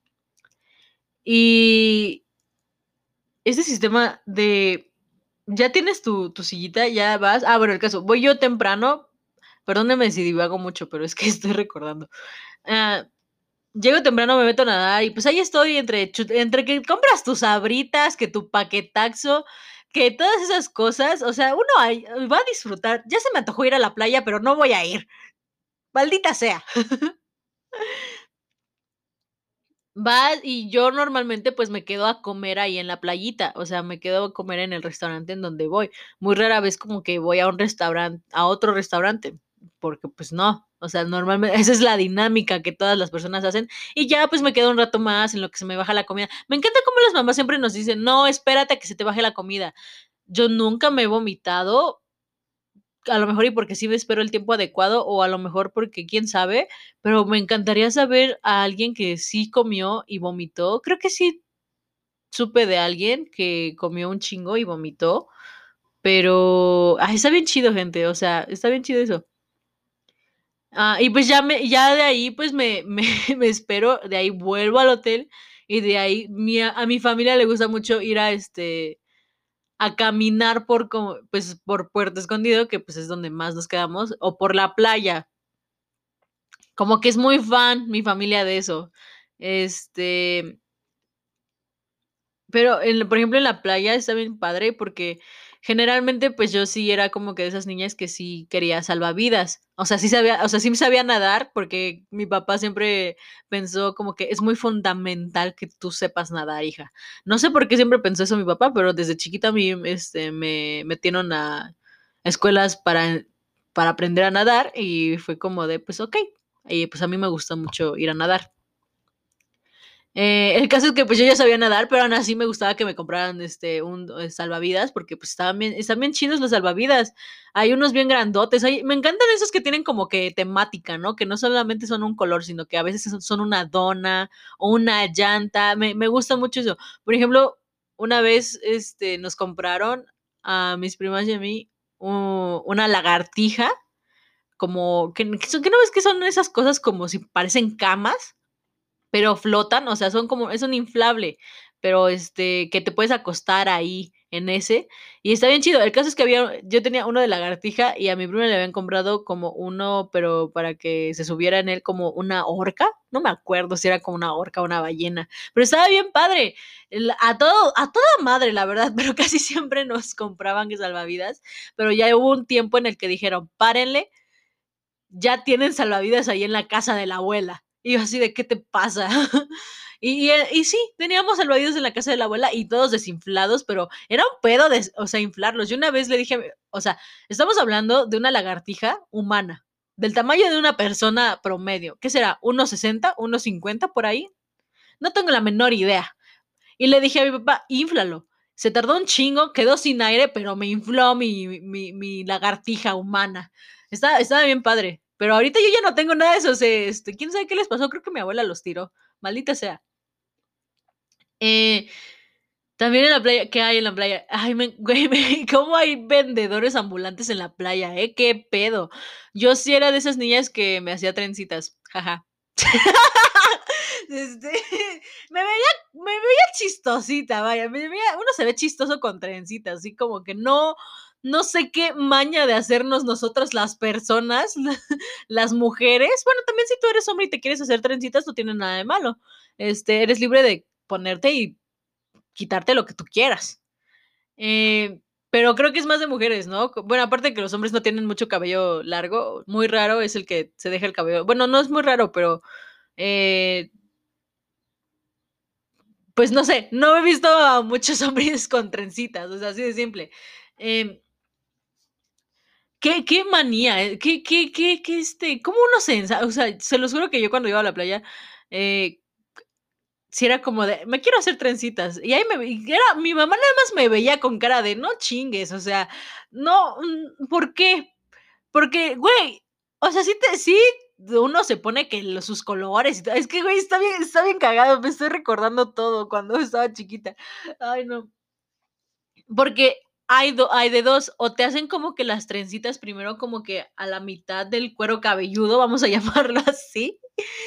Y ese sistema de ya tienes tu tu sillita, ya vas ah, bueno, el caso, voy yo temprano, perdónenme si divago mucho, pero es que estoy recordando. Ah, llego temprano, me meto a nadar y, pues, ahí estoy entre chu entre que compras tus Sabritas, que tu paquetaxo, que todas esas cosas, o sea, uno ahí va a disfrutar. Ya se me antojó ir a la playa, pero no voy a ir, maldita sea. Vas y yo normalmente, pues, me quedo a comer ahí en la playita, o sea, me quedo a comer en el restaurante en donde voy. Muy rara vez como que voy a un restaurante a otro restaurante, porque, pues, no, o sea, normalmente esa es la dinámica que todas las personas hacen, y ya, pues, me quedo un rato más en lo que se me baja la comida. Me encanta cómo las mamás siempre nos dicen: "No, espérate a que se te baje la comida". Yo nunca me he vomitado, a lo mejor y porque sí me espero el tiempo adecuado, o a lo mejor porque quién sabe, pero me encantaría saber a alguien que sí comió y vomitó. Creo que sí supe de alguien que comió un chingo y vomitó, pero, ay, está bien chido, gente, o sea, está bien chido eso. Ah, y pues ya me ya de ahí, pues me me me espero, de ahí vuelvo al hotel y de ahí mi a mi familia le gusta mucho ir a, este, a caminar por como, pues, por Puerto Escondido, que, pues, es donde más nos quedamos, o por la playa. Como que es muy fan mi familia de eso. Este pero en por ejemplo, en la playa está bien padre, porque generalmente, pues, yo sí era como que de esas niñas que sí quería salvavidas. O sea, sí sabía o sea, sí sabía nadar, porque mi papá siempre pensó como que es muy fundamental que tú sepas nadar, hija. No sé por qué siempre pensó eso mi papá, pero desde chiquita a mí, este, me metieron a escuelas para para aprender a nadar y fue como de, pues, okey. Y, pues, a mí me gusta mucho ir a nadar. Eh, el caso es que, pues, yo ya sabía nadar, pero aún así me gustaba que me compraran, este, un eh, salvavidas, porque, pues, estaban bien están bien chidos los salvavidas. Hay unos bien grandotes, hay me encantan esos que tienen como que temática, ¿no? Que no solamente son un color, sino que a veces son son una dona o una llanta. Me me gusta mucho eso. Por ejemplo, una vez, este, nos compraron a mis primas y a mí u una lagartija, como que que son que no ves que son esas cosas como si parecen camas. Pero flotan, o sea, son como es un inflable, pero, este, que te puedes acostar ahí en ese, y está bien chido. El caso es que había yo tenía uno de lagartija y a mi prima le habían comprado como uno, pero para que se subiera en él como una orca, no me acuerdo si era como una orca o una ballena, pero estaba bien padre. El a todo a toda madre, la verdad, pero casi siempre nos compraban salvavidas, pero ya hubo un tiempo en el que dijeron: "Párenle, ya tienen salvavidas ahí en la casa de la abuela". Y yo así de, ¿qué te pasa? Y y, eh, y sí, teníamos salvavidas en la casa de la abuela y todos desinflados, pero era un pedo des o sea, inflarlos. Yo una vez le dije, o sea, estamos hablando de una lagartija humana, del tamaño de una persona promedio, ¿qué será? ¿uno sesenta, uno cincuenta por ahí? No tengo la menor idea. Y le dije a mi papá: "Inflalo". Se tardó un chingo, quedó sin aire, pero me infló mi mi mi lagartija humana. Estaba estaba bien padre, pero ahorita yo ya no tengo nada de eso, se este, quién sabe qué les pasó, creo que mi abuela los tiró, maldita sea. Eh, también en la playa, ¿qué hay en la playa? Ay, me güey, me cómo hay vendedores ambulantes en la playa, ¿eh? ¿Qué pedo? Yo sí era de esas niñas que me hacía trencitas, jaja. Este, me veía me veía chistosita, vaya, me veía uno se ve chistoso con trencitas, así como que no no sé qué maña de hacernos nosotras las personas, las mujeres. Bueno, también si tú eres hombre y te quieres hacer trencitas, no tiene nada de malo. Este, eres libre de ponerte y quitarte lo que tú quieras. Eh, pero creo que es más de mujeres, ¿no? Co bueno, aparte de que los hombres no tienen mucho cabello largo, muy raro es el que se deja el cabello bueno, no es muy raro, pero, eh pues no sé, no he visto a muchos hombres con trencitas, o sea, así de simple. Em qué qué manía, eh, qué qué qué qué, este, cómo uno se ensa o sea, se los juro que yo cuando iba a la playa, eh sí era como de: "Me quiero hacer trencitas", y ahí me ve y era mi mamá nada más me veía con cara de: "No chingues", o sea, no, mm, ¿por qué? Porque, güey, o sea, sí te sí, uno se pone que los sus colores y todo. Es que, güey, está bien está bien cagado, me estoy recordando todo cuando estaba chiquita. Ay, no. Porque hay do hay de dos, o te hacen como que las trencitas primero como que a la mitad del cuero cabelludo, vamos a llamarlo así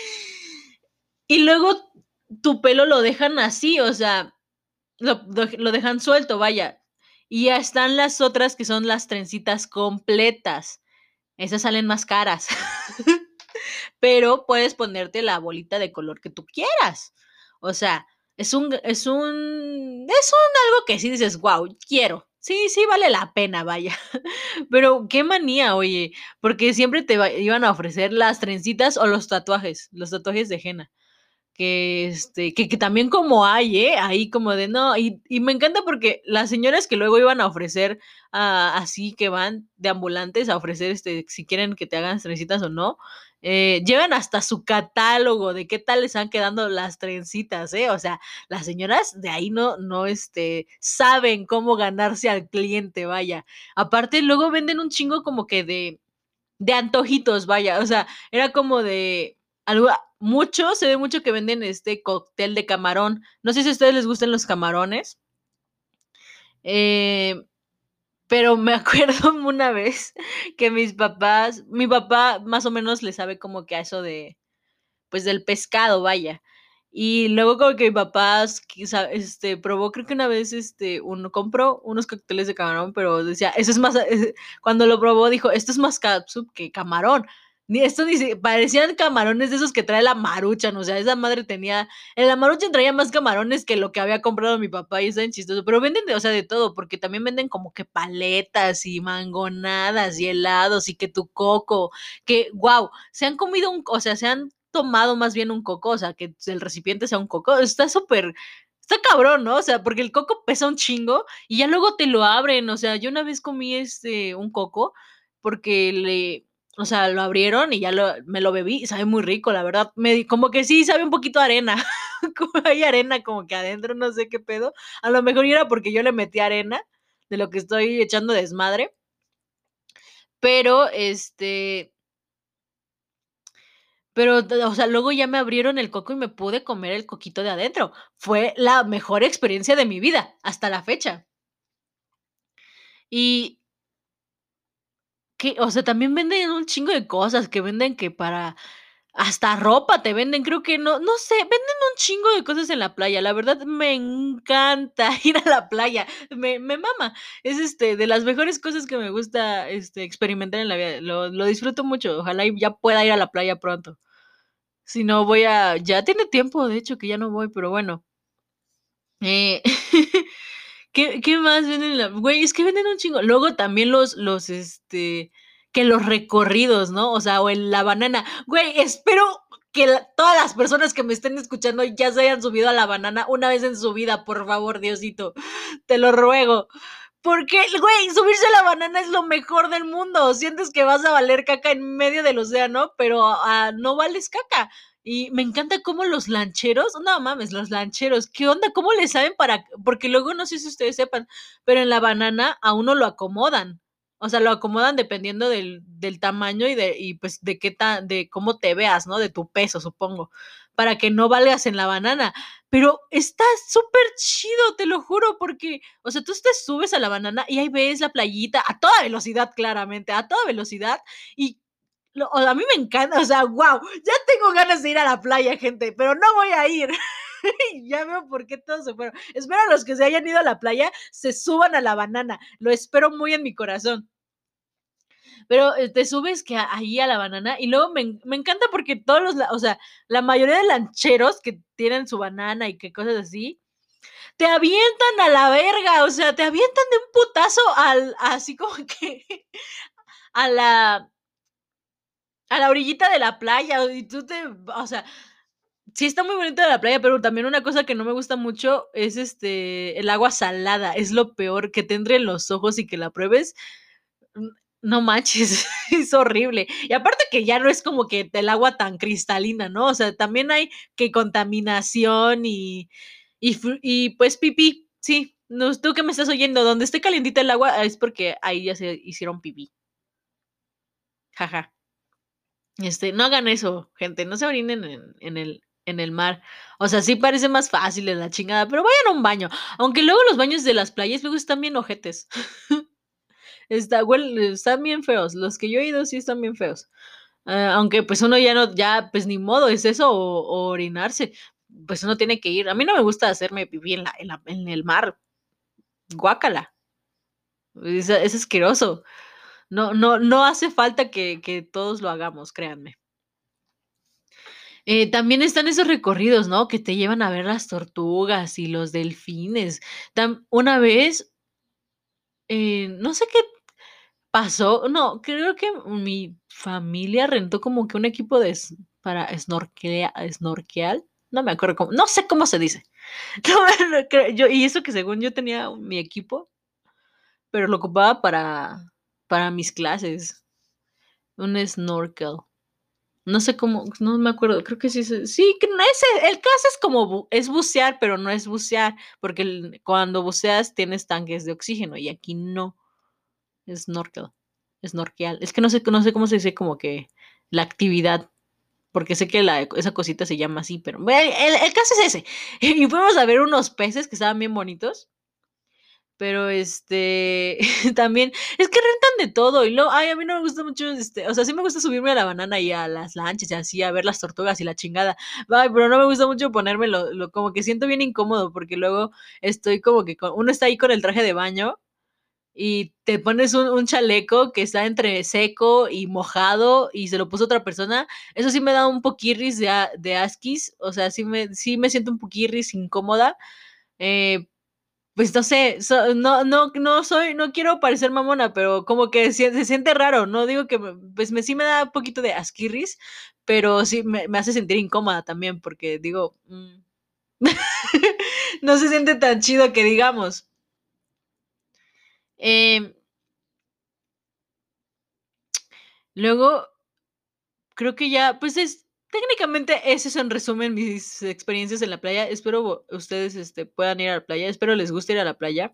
y luego tu pelo lo dejan así, o sea, lo doj lo dejan suelto, vaya. Y ya están las otras que son las trencitas completas. Esas salen más caras. Pero puedes ponerte la bolita de color que tú quieras. O sea, es un es un es un algo que sí dices: "Guau, quiero". Sí, sí vale la pena, vaya. Pero qué manía, oye, porque siempre te va iban a ofrecer las trencitas o los tatuajes, los tatuajes de henna. Que, este, que que también como hay, ¿eh? Ahí como de no, y y me encanta porque las señoras que luego iban a ofrecer, ah, así que van de ambulantes a ofrecer, este, si quieren que te hagan trencitas o no, eh, llevan hasta su catálogo de qué tal les van quedando las trencitas, ¿eh? O sea, las señoras de ahí no no, este, saben cómo ganarse al cliente, vaya. Aparte, luego venden un chingo como que de de antojitos, vaya, o sea, era como de algo mucho, se ve mucho que venden este cóctel de camarón. No sé si a ustedes les gustan los camarones. Eh, pero me acuerdo una vez que mis papás mi papá más o menos le sabe como que a eso de, pues, del pescado, vaya. Y luego como que mi papá, quizá, este, probó, creo que una vez, este, uno compró unos cócteles de camarón, pero decía, eso es más, eh, cuando lo probó dijo, esto es más catsup que camarón. Ni esto ni se, parecían camarones de esos que trae la Maruchan, o sea, esa madre tenía, en la Maruchan traía más camarones que lo que había comprado mi papá y está en chistoso, pero venden, de, o sea, de todo, porque también venden como que paletas y mangonadas y helados y que tu coco, que, wow, se han comido un, o sea, se han tomado más bien un coco, o sea, que el recipiente sea un coco, está súper, está cabrón, ¿no? O sea, porque el coco pesa un chingo y ya luego te lo abren, o sea, yo una vez comí este, un coco porque le, o sea, lo abrieron y ya lo, me lo bebí y sabe muy rico, la verdad, me, como que sí, sabe un poquito a arena, como hay arena como que adentro, no sé qué pedo, a lo mejor era porque yo le metí arena de lo que estoy echando desmadre, pero este, pero, o sea, luego ya me abrieron el coco y me pude comer el coquito de adentro. Fue la mejor experiencia de mi vida, hasta la fecha. Y que, o sea, también venden un chingo de cosas, que venden que para hasta ropa te venden, creo que no, no sé, venden un chingo de cosas en la playa. La verdad me encanta ir a la playa, me, me mama. Es este de las mejores cosas que me gusta este experimentar en la vida. Lo, lo disfruto mucho. Ojalá y ya pueda ir a la playa pronto. Si no voy a, ya tiene tiempo, de hecho, que ya no voy, pero bueno. Eh, ¿qué, ¿Qué más venden en la? Güey, es que venden un chingo. Luego también los, los, este, que los recorridos, ¿no? O sea, o en la banana. Güey, espero que la- todas las personas que me estén escuchando ya se hayan subido a la banana una vez en su vida, por favor, Diosito. Te lo ruego. Porque, güey, subirse a la banana es lo mejor del mundo. Sientes que vas a valer caca en medio del océano, pero uh, no vales caca. Y me encanta cómo los lancheros, no mames, los lancheros, ¿qué onda? ¿Cómo le saben para...? Porque luego no sé si ustedes sepan, pero en la banana a uno lo acomodan. O sea, lo acomodan dependiendo del, del tamaño y de, y pues de qué tan, de cómo te veas, ¿no? De tu peso, supongo. Para que no valgas en la banana. Pero está súper chido, te lo juro, porque, o sea, tú te subes a la banana y ahí ves la playita a toda velocidad, claramente, a toda velocidad, y lo, a mí me encanta, o sea, wow, ya tengo ganas de ir a la playa, gente, pero no voy a ir. Ya veo por qué todos se fueron. Espero a los que se hayan ido a la playa se suban a la banana. Lo espero muy en mi corazón. Pero eh, te subes que a, ahí a la banana y luego me, me encanta porque todos los, o sea, la mayoría de lancheros que tienen su banana y que cosas así, te avientan a la verga, o sea, te avientan de un putazo al, así como que a la, a la orillita de la playa y tú te, o sea, sí está muy bonita la playa, pero también una cosa que no me gusta mucho es este, el agua salada, es lo peor, que te entre en los ojos y que la pruebes, no manches, es horrible. Y aparte que ya no es como que el agua tan cristalina, ¿no? O sea, también hay que contaminación y, y, y pues pipí, sí. No, tú que me estás oyendo, donde esté calientita el agua es porque ahí ya se hicieron pipí. Jaja. Este, no hagan eso, gente, no se orinen en, en el, en el mar. O sea, sí parece más fácil en la chingada, pero vayan a un baño. Aunque luego los baños de las playas luego están bien ojetes. Está, huele- están bien feos. Los que yo he ido sí están bien feos. Ah, aunque pues uno ya no, ya pues ni modo, es eso o, o orinarse. Pues uno tiene que ir. A mí no me gusta hacerme pipí en la, en la- en el mar. Guácala. Es, es asqueroso. No, no, no hace falta que, que todos lo hagamos, créanme. Eh, también están esos recorridos, ¿no? Que te llevan a ver las tortugas y los delfines. Tam- una vez, eh, no sé qué pasó, no, creo que mi familia rentó como que un equipo de s- para snorkelea- snorkeal, no me acuerdo cómo, no sé cómo se dice. No, no, creo- yo, y eso que según yo tenía mi equipo, pero lo ocupaba para, para mis clases, un snorkel. No sé cómo, no me acuerdo, creo que sí, se- sí, que no es, el caso es como, bu- es bucear, pero no es bucear, porque el- cuando buceas tienes tanques de oxígeno y aquí no, es snorkel, snorkeal. Es que no sé, no sé cómo se dice como que la actividad, porque sé que la, esa cosita se llama así, pero bueno, el, el caso es ese. Y fuimos a ver unos peces que estaban bien bonitos, Pero, este, también es que rentan de todo y luego, ay, a mí no me gusta mucho, este, o sea, sí me gusta subirme a la banana y a las lanchas y así, a ver las tortugas y la chingada. Ay, pero no me gusta mucho ponérmelo, lo como que siento bien incómodo, porque luego estoy como que con uno está ahí con el traje de baño y te pones un un chaleco que está entre seco y mojado y se lo puso otra persona. Eso sí me da un poquirris de a de asquis, o sea, sí me sí me siento un poquirris incómoda, eh, pues no sé, so no no no soy no quiero parecer mamona, pero como que se se siente raro, no digo que me pues me sí me da un poquito de asquirris, pero sí me me hace sentir incómoda también, porque digo, mm, no se siente tan chido que digamos. Em, luego creo que ya, pues es técnicamente ese es en resumen mis experiencias en la playa. Espero ustedes, este, puedan ir a la playa, espero les guste ir a la playa.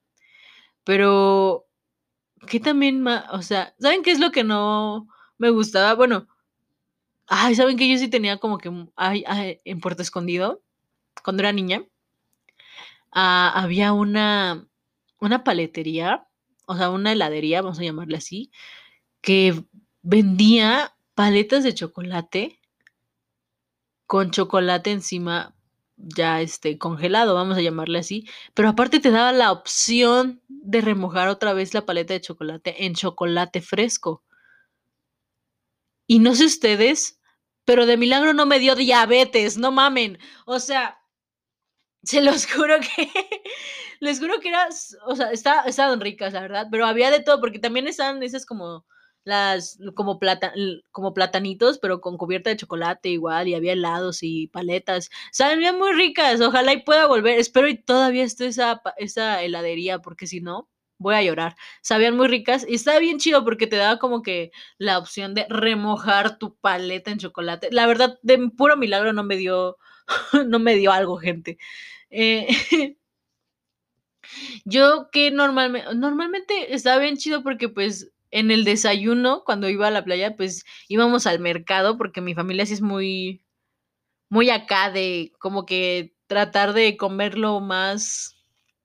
Pero, ¿qué también ma o sea, saben qué es lo que no me gustaba? Bueno, ay, ¿saben qué? Yo sí tenía como que, mm, ay ay, en Puerto Escondido, cuando era niña, ah, había una una paletería, o sea, una heladería, vamos a llamarle así, que vendía paletas de chocolate con chocolate encima ya, este, congelado, vamos a llamarle así, pero aparte te daba la opción de remojar otra vez la paleta de chocolate en chocolate fresco. Y no sé ustedes, pero de milagro no me dio diabetes, no mamen. O sea, se los juro que les juro que era s o sea, está estaban ricas, la verdad, pero había de todo, porque también estaban esas como las como plata l como platanitos, pero con cubierta de chocolate igual, y había helados y paletas. Sabían muy ricas, ojalá y pueda volver. Espero y todavía esté esa pa esa heladería, porque si no, voy a llorar. Sabían muy ricas y estaba bien chido porque te daba como que la opción de remojar tu paleta en chocolate. La verdad, de puro milagro no me dio no me dio algo, gente. Eh, yo que normalme normalmente estaba bien chido porque, pues, en el desayuno, cuando iba a la playa, pues, íbamos al mercado, porque mi familia sí es muy muy acá de como que tratar de comer lo más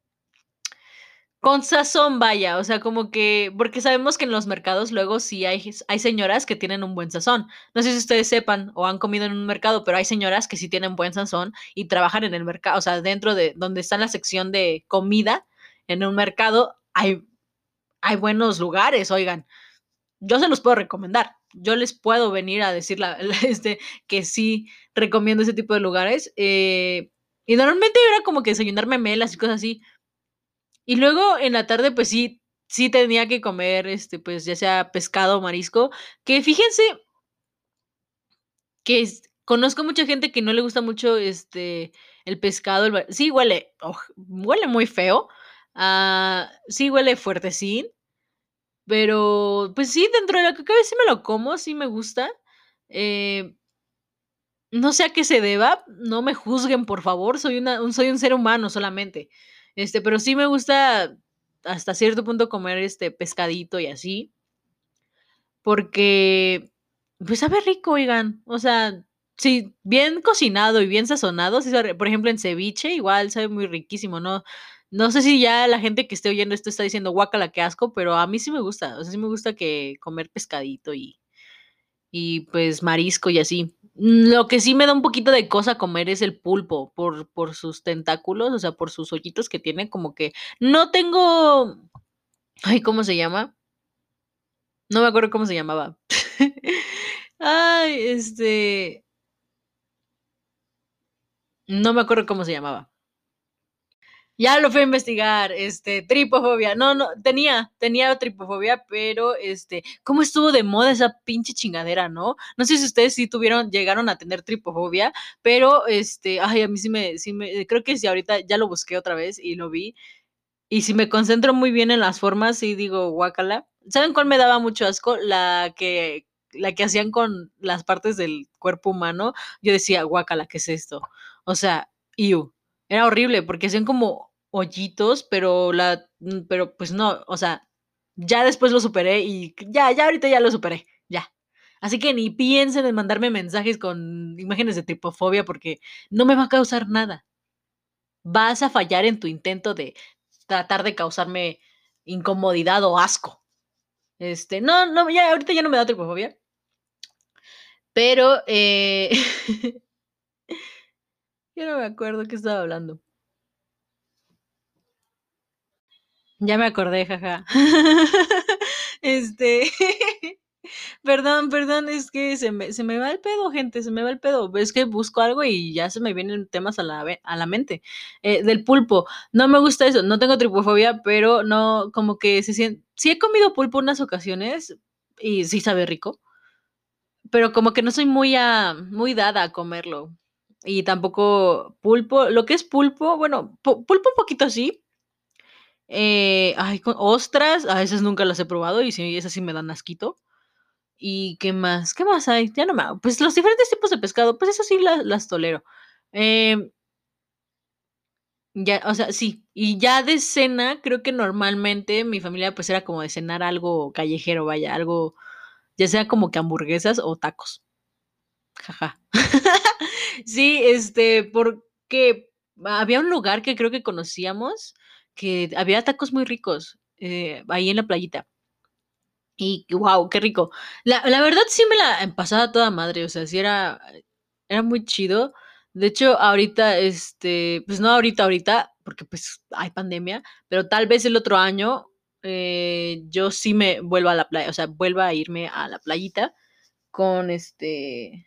con sazón, vaya, o sea, como que porque sabemos que en los mercados luego sí hay ges hay señoras que tienen un buen sazón. No sé si ustedes sepan o han comido en un mercado, pero hay señoras que sí tienen buen sazón y trabajan en el mercado, o sea, dentro de donde está la sección de comida en un mercado, hay hay buenos lugares, oigan. Yo se los puedo recomendar. Yo les puedo venir a decir la la este, que sí recomiendo ese tipo de lugares, eh, y normalmente era como que desayunar memelas y cosas así. Y luego en la tarde, pues sí sí tenía que comer, este, pues, ya sea pescado o marisco, que fíjense que es conozco mucha gente que no le gusta mucho, este, el pescado, el ma sí huele, oj huele muy feo, ah, sí huele fuertecín, pero, pues sí, dentro de lo que cabe sí me lo como, sí me gusta, eh no sé a qué se deba, no me juzguen, por favor, soy una un soy un ser humano solamente, este, pero sí me gusta hasta cierto punto comer, este, pescadito y así porque, pues, sabe rico, oigan, o sea, sí, bien cocinado y bien sazonado, sí sabe por ejemplo, en ceviche igual sabe muy riquísimo, no no sé si ya la gente que esté oyendo esto está diciendo: "Guácala, qué asco", pero a mí sí me gusta, o sea, sí me gusta que comer pescadito y y, pues, marisco y así. Lo que sí me da un poquito de cosa comer es el pulpo por por sus tentáculos, o sea, por sus hoyitos que tiene, como que no tengo ay, ¿cómo se llama? No me acuerdo cómo se llamaba. Ay, este no me acuerdo cómo se llamaba. Ya lo fui a investigar, este, tripofobia. No, no, tenía tenía tripofobia, pero, este, cómo estuvo de moda esa pinche chingadera, ¿no? No sé si ustedes sí tuvieron llegaron a tener tripofobia, pero, este, ay, a mí sí me sí me creo que sí, ahorita ya lo busqué otra vez y lo vi, y si me concentro muy bien en las formas, sí digo: "Guácala". ¿Saben cuál me daba mucho asco? La que la que hacían con las partes del cuerpo humano. Yo decía: "Guácala, ¿qué es esto?". O sea, iu, era horrible porque hacían como hoyitos, pero la mm, pero, pues no, o sea, ya después lo superé y ya ya ahorita ya lo superé, ya. Así que ni piensen en mandarme mensajes con imágenes de tripofobia porque no me va a causar nada. Vas a fallar en tu intento de tratar de causarme incomodidad o asco. Este, no, no, ya ahorita ya no me da tripofobia. Pero, eh, ya no me acuerdo qué estaba hablando. Ya me acordé, jaja. Este, perdón, perdón, es que se me, se me va el pedo, gente, se me va el pedo. Es que busco algo y ya se me vienen temas a la, ve- a la mente. Eh, del pulpo, no me gusta eso, no tengo tripofobia, pero no, como que se siente... Sí he comido pulpo unas ocasiones y sí sabe rico, pero como que no soy muy, a, muy dada a comerlo. Y tampoco pulpo, lo que es pulpo, bueno, pu- pulpo un poquito sí. Eh, ay, con ostras, a esas nunca las he probado y sí, esas sí me dan asquito. ¿Y qué más? ¿Qué más hay? Ya no me... Pues los diferentes tipos de pescado, pues eso sí las, las tolero. Em, ya, o sea, sí. Y ya de cena, creo que normalmente mi familia pues era como de cenar algo callejero, vaya, algo, ya sea como que hamburguesas o tacos. Jaja. Sí, este, porque había un lugar que creo que conocíamos que había tacos muy ricos eh, ahí en la playita. Y wow, qué rico. La, la verdad sí me la pasaba toda madre, o sea, sí era, era muy chido. De hecho, ahorita, este, pues no ahorita, ahorita, porque pues hay pandemia, pero tal vez el otro año eh, yo sí me vuelva a la playa, o sea, vuelva a irme a la playita con este...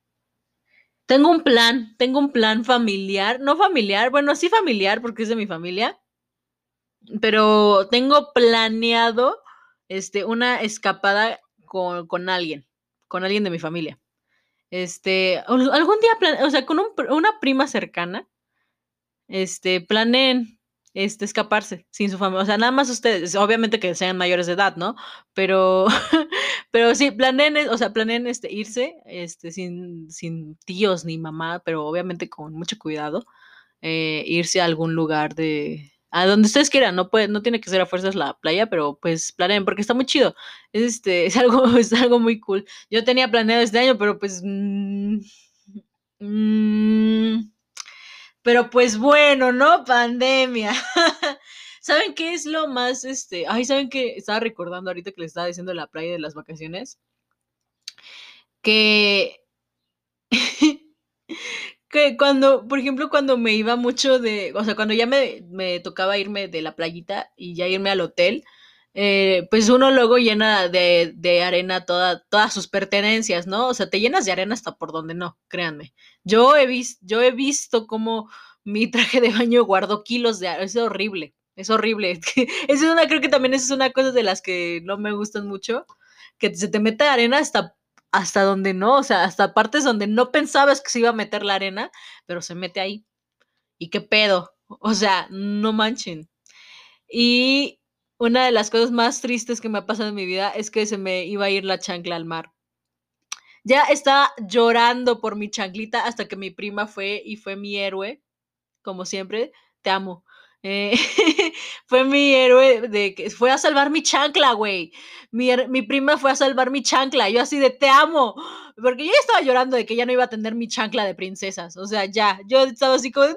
Tengo un plan, tengo un plan familiar, no familiar, bueno, sí familiar porque es de mi familia, pero tengo planeado este, una escapada con, con alguien, con alguien de mi familia. Este, al- algún día, plan- o sea, con un pr- una prima cercana, este, planeen, este, escaparse sin su familia. O sea, nada más ustedes, obviamente que sean mayores de edad, ¿no? Pero, pero sí, planeen, eh, o sea, planeen, este, irse, este, sin, sin tíos ni mamá, pero obviamente con mucho cuidado eh, irse a algún lugar de... A donde ustedes quieran, no puede, no tiene que ser a fuerzas la playa, pero pues planeen, porque está muy chido. Es, este, es algo, es algo muy cool. Yo tenía planeado este año, pero pues... mm, mm, pero pues bueno, ¿no? Pandemia. ¿Saben qué es lo más, este... Ay, ¿saben qué? Estaba recordando ahorita que les estaba diciendo la playa de las vacaciones. Que... Que cuando, por ejemplo, cuando me iba mucho de, o sea, cuando ya me, me tocaba irme de la playita y ya irme al hotel, eh, pues uno luego llena de, de arena toda, todas sus pertenencias, ¿no? O sea, te llenas de arena hasta por donde no, créanme. Yo he, vis, yo he visto cómo mi traje de baño guardó kilos de arena, es horrible, es horrible. Es una, creo que también esa es una cosa de las que no me gustan mucho, que se te mete arena hasta hasta donde no, o sea, hasta partes donde no pensabas que se iba a meter la arena, pero se mete ahí. ¿Y qué pedo? O sea, no manchen. Y una de las cosas más tristes que me ha pasado en mi vida es que se me iba a ir la chancla al mar. Ya estaba llorando por mi chanclita hasta que mi prima fue y fue mi héroe, como siempre, te amo. Eh, fue mi héroe de que fue a salvar mi chancla, güey. Mi, mi prima fue a salvar mi chancla. Yo así de te amo. Porque yo ya estaba llorando de que ya no iba a tener mi chancla de princesas. O sea, ya. Yo estaba así como, no,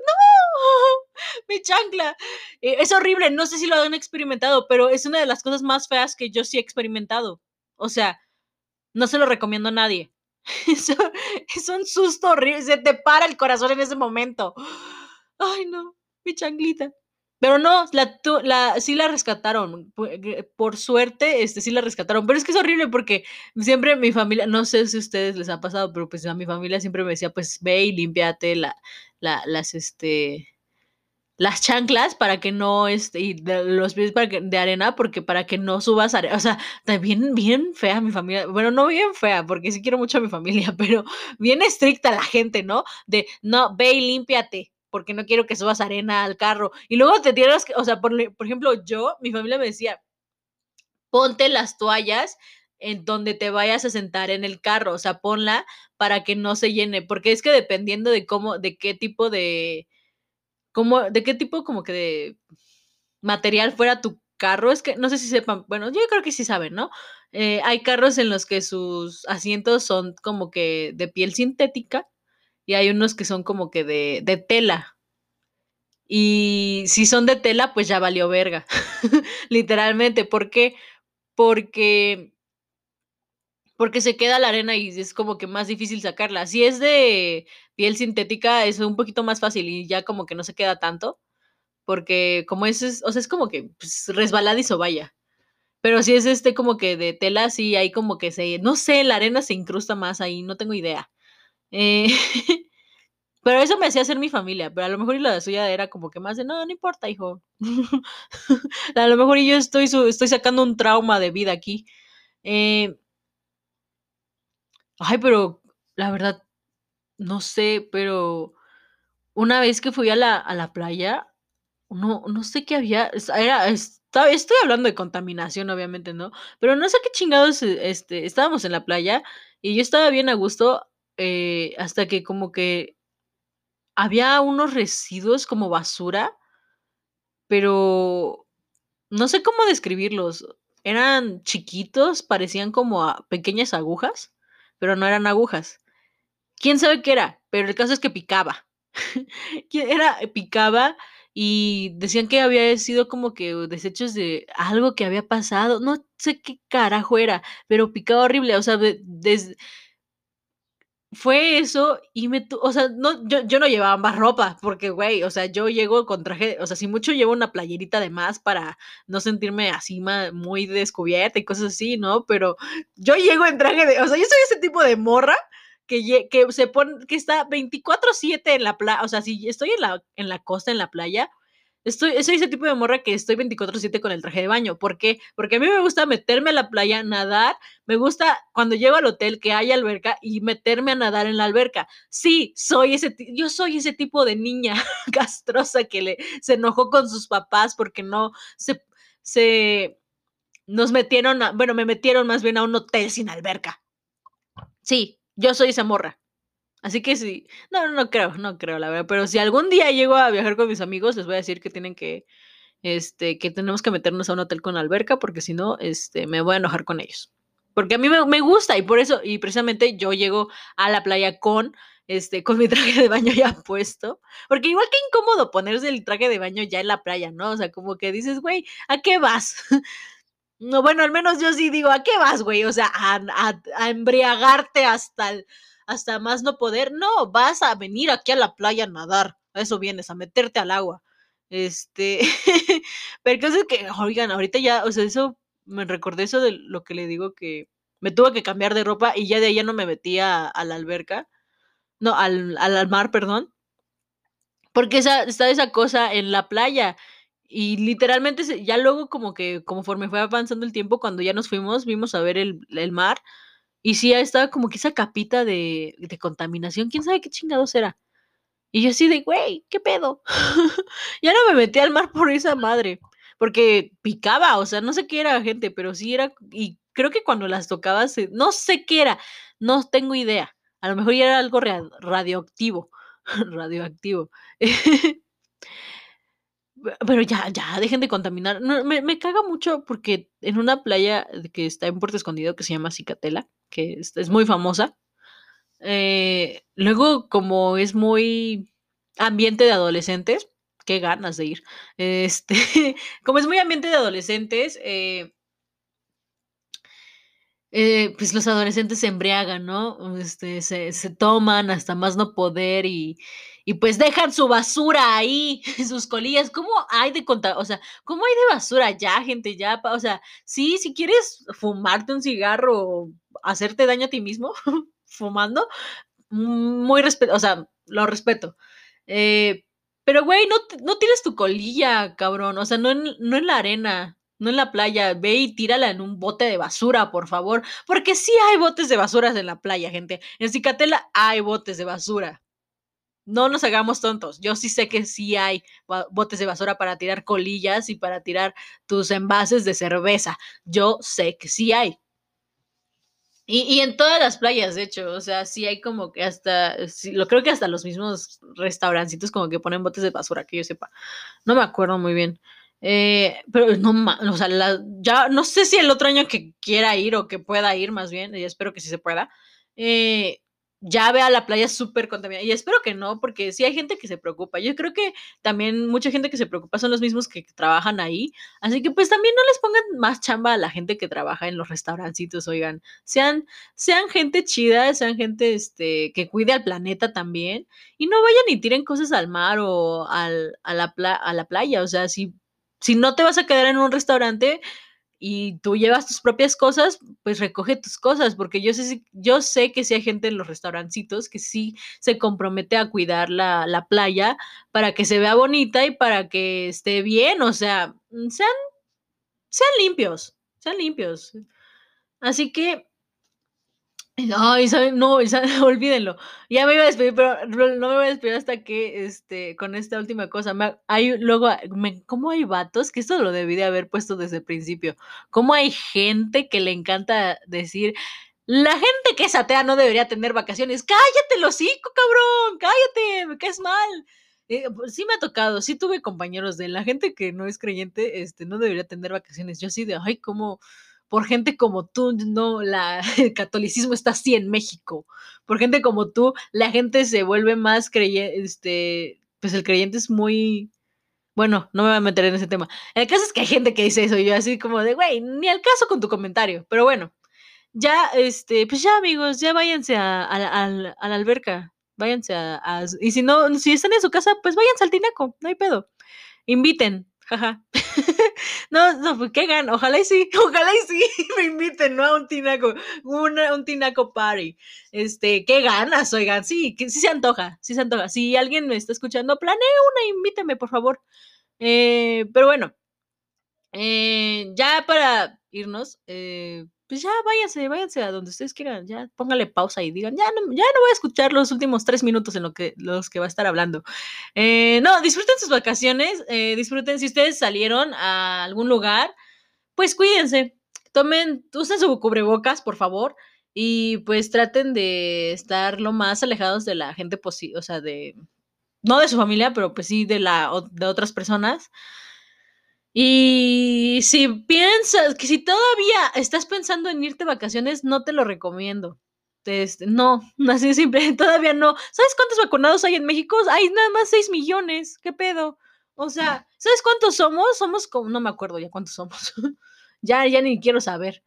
mi chancla. Eh, es horrible. No sé si lo han experimentado, pero es una de las cosas más feas que yo sí he experimentado. O sea, no se lo recomiendo a nadie. Eso, es un susto horrible. Se te para el corazón en ese momento. Ay, no, mi changlita. Pero no, la, tu, la, sí la rescataron. Por, por suerte, este, sí la rescataron. Pero es que es horrible porque siempre mi familia, no sé si a ustedes les ha pasado, pero pues a mi familia siempre me decía, pues ve y límpiate la, la, las, este, las chanclas para que no, este, y de, los pies para que, de arena, porque para que no subas arena. O sea, bien, bien fea mi familia. Bueno, no bien fea, porque sí quiero mucho a mi familia, pero bien estricta la gente, ¿no? De, no, ve y límpiate, porque no quiero que subas arena al carro. Y luego te tienes que, o sea, por, por ejemplo, yo, mi familia me decía, ponte las toallas en donde te vayas a sentar en el carro, o sea, ponla para que no se llene, porque es que dependiendo de cómo, de qué tipo de, como, de qué tipo como que de material fuera tu carro, es que no sé si sepan, bueno, yo creo que sí saben, ¿no? Eh, hay carros en los que sus asientos son como que de piel sintética y hay unos que son como que de, de tela. Y si son de tela, pues ya valió verga. Literalmente. ¿Por qué? Porque porque se queda la arena y es como que más difícil sacarla. Si es de piel sintética, es un poquito más fácil y ya como que no se queda tanto, porque como es, es o sea, es como que pues, resbaladizo, vaya. Pero si es este como que de tela, sí, hay como que se, no sé, la arena se incrusta más ahí, no tengo idea. Eh, pero eso me hacía hacer mi familia, pero a lo mejor y la suya era como que más de, no, no importa, hijo. A lo mejor y yo estoy, su- estoy sacando un trauma de vida aquí. Eh, ay, pero la verdad, no sé, pero una vez que fui a la, a la playa, no, no sé qué había, es- era, estaba, estoy hablando de contaminación, obviamente, ¿no? Pero no sé qué chingados, eh, este, estábamos en la playa y yo estaba bien a gusto, eh, hasta que como que había unos residuos como basura, pero no sé cómo describirlos. Eran chiquitos, parecían como a pequeñas agujas, pero no eran agujas. ¿Quién sabe qué era? Pero el caso es que picaba. ¿Quién era? Picaba y decían que había sido como que desechos de algo que había pasado. No sé qué carajo era, pero picaba horrible. O sea, de- des- fue eso y me, tu- o sea, no, yo, yo no llevaba más ropa porque, güey, o sea, yo llego con traje, o sea, si mucho llevo una playerita de más para no sentirme así ma- muy descubierta y cosas así, ¿no? Pero yo llego en traje de, o sea, yo soy ese tipo de morra que, lle- que se pone, que está veinticuatro siete en la playa, o sea, si estoy en la, en la costa, en la playa. Estoy, soy ese tipo de morra que estoy veinticuatro siete con el traje de baño. ¿Por qué? Porque a mí me gusta meterme a la playa, nadar. Me gusta cuando llego al hotel que hay alberca y meterme a nadar en la alberca. Sí, soy ese, yo soy ese tipo de niña castrosa que le, se enojó con sus papás porque no se, se nos metieron, a, bueno, me metieron más bien a un hotel sin alberca. Sí, yo soy esa morra. Así que sí, no, no, no creo, no creo, la verdad. Pero si algún día llego a viajar con mis amigos, les voy a decir que tienen que, este, que tenemos que meternos a un hotel con alberca, porque si no, este, me voy a enojar con ellos. Porque a mí me, me gusta y por eso, y precisamente yo llego a la playa con, este, con mi traje de baño ya puesto. Porque igual que incómodo ponerse el traje de baño ya en la playa, ¿no? O sea, como que dices, güey, ¿a qué vas? No, bueno, al menos yo sí digo, ¿a qué vas, güey? O sea, a, a, a embriagarte hasta el, hasta más no poder. No, vas a venir aquí a la playa a nadar. A eso vienes, a meterte al agua. Este, pero cosa es que, oigan, ahorita ya, o sea, eso, me recordé eso de lo que le digo que me tuve que cambiar de ropa y ya de ahí ya no me metía a, a la alberca, no, al, al, al mar, perdón, porque esa, está esa cosa en la playa. Y literalmente se- ya luego como que conforme fue avanzando el tiempo, cuando ya nos fuimos, vimos a ver el, el mar. Y sí, estaba como que esa capita de, de contaminación. ¿Quién sabe qué chingados era? Y yo así de, güey, ¿qué pedo? Ya no me metí al mar por esa madre. Porque picaba, o sea, no sé qué era, gente, pero sí era. Y creo que cuando las tocabas, se- no sé qué era. No tengo idea. A lo mejor ya era algo rea- radioactivo. Radioactivo. Pero ya, ya, dejen de contaminar. No, me, me caga mucho porque en una playa que está en Puerto Escondido que se llama Cicatela, que es, es muy famosa, eh, luego como es muy ambiente de adolescentes, qué ganas de ir. Este, como es muy ambiente de adolescentes, eh, eh, pues los adolescentes se embriagan, ¿no? Este, se, se toman hasta más no poder y, y pues dejan su basura ahí, sus colillas. ¿Cómo hay de contar? O sea, ¿cómo hay de basura ya, gente? Ya, pa- o sea, sí, si quieres fumarte un cigarro o hacerte daño a ti mismo fumando, muy respeto, o sea, lo respeto. Eh, pero, güey, no, t- no tires tu colilla, cabrón. O sea, no en, no en la arena, no en la playa. Ve y tírala en un bote de basura, por favor. Porque sí hay botes de basuras en la playa, gente. En Cicatela hay botes de basura. No nos hagamos tontos. Yo sí sé que sí hay ba- botes de basura para tirar colillas y para tirar tus envases de cerveza. Yo sé que sí hay. Y, y en todas las playas, de hecho, o sea, sí hay como que hasta, sí, lo creo que hasta los mismos restaurancitos como que ponen botes de basura, que yo sepa. No me acuerdo muy bien. Eh, pero no, ma- o sea, la- ya no sé si el otro año que quiera ir o que pueda ir, más bien, y espero que sí se pueda. Eh, ya vea la playa súper contaminada. Y espero que no, porque sí hay gente que se preocupa. Yo creo que también mucha gente que se preocupa son los mismos que trabajan ahí. Así que pues también no les pongan más chamba a la gente que trabaja en los restaurancitos, oigan. Sean, sean gente chida, sean gente este, que cuide al planeta también. Y no vayan y tiren cosas al mar o al, a, la pla- a la playa. O sea, si, si no te vas a quedar en un restaurante, y tú llevas tus propias cosas, pues recoge tus cosas, porque yo sé, si- yo sé que sí hay gente en los restaurancitos que sí se compromete a cuidar la, la playa para que se vea bonita y para que esté bien, o sea, mm, sean, sean limpios, sean limpios. Así que ay, ¿saben? No, ¿saben? Olvídenlo. Ya me iba a despedir, pero no no me voy a despedir hasta que, este, con esta última cosa. Me hay luego, me ¿cómo hay vatos? Que esto lo debí de haber puesto desde el principio. ¿Cómo hay gente que le encanta decir: "La gente que es atea no debería tener vacaciones"? ¡Cállate el hocico, cabrón! ¡Cállate! Me caes mal. Eh, pues sí me ha tocado, sí tuve compañeros de la gente que no es creyente, este, no debería tener vacaciones. Yo así de, ay, cómo por gente como tú, no, la, el catolicismo está así en México. Por gente como tú, la gente se vuelve más creyente, este, pues el creyente es muy, bueno, no me voy a meter en ese tema. El caso es que hay gente que dice eso y yo así como de, güey, ni al caso con tu comentario, pero bueno, ya, este, pues ya amigos, ya váyanse a, a, a, a la alberca, váyanse a, a, y si no, si están en su casa, pues váyanse al tinaco, no hay pedo. Inviten, jaja. No, no, pues qué gan, ojalá y sí, ojalá y sí me inviten, ¿no? A un tinaco, una, un tinaco party. Este, qué ganas, oigan, sí, que sí se antoja, sí se antoja. Si alguien me está escuchando, planee una, invíteme, por favor. Eh, pero bueno, eh, ya para irnos, eh, pues ya váyanse, váyanse a donde ustedes quieran, ya póngale pausa y digan, ya no, ya no voy a escuchar los últimos tres minutos en lo que, los que va a estar hablando. Eh, no, disfruten sus vacaciones, eh, disfruten si ustedes salieron a algún lugar, pues cuídense, tomen, usen su cubrebocas, por favor, y pues traten de estar lo más alejados de la gente posible, o sea, de, no de su familia, pero pues sí de, la, de otras personas. Y si piensas, que si todavía estás pensando en irte de vacaciones, no te lo recomiendo. Este, no, así de simple, todavía no. ¿Sabes cuántos vacunados hay en México? Hay nada más seis millones, ¿qué pedo? O sea, ¿sabes cuántos somos? Somos como, no me acuerdo ya cuántos somos. ya, ya ni quiero saber.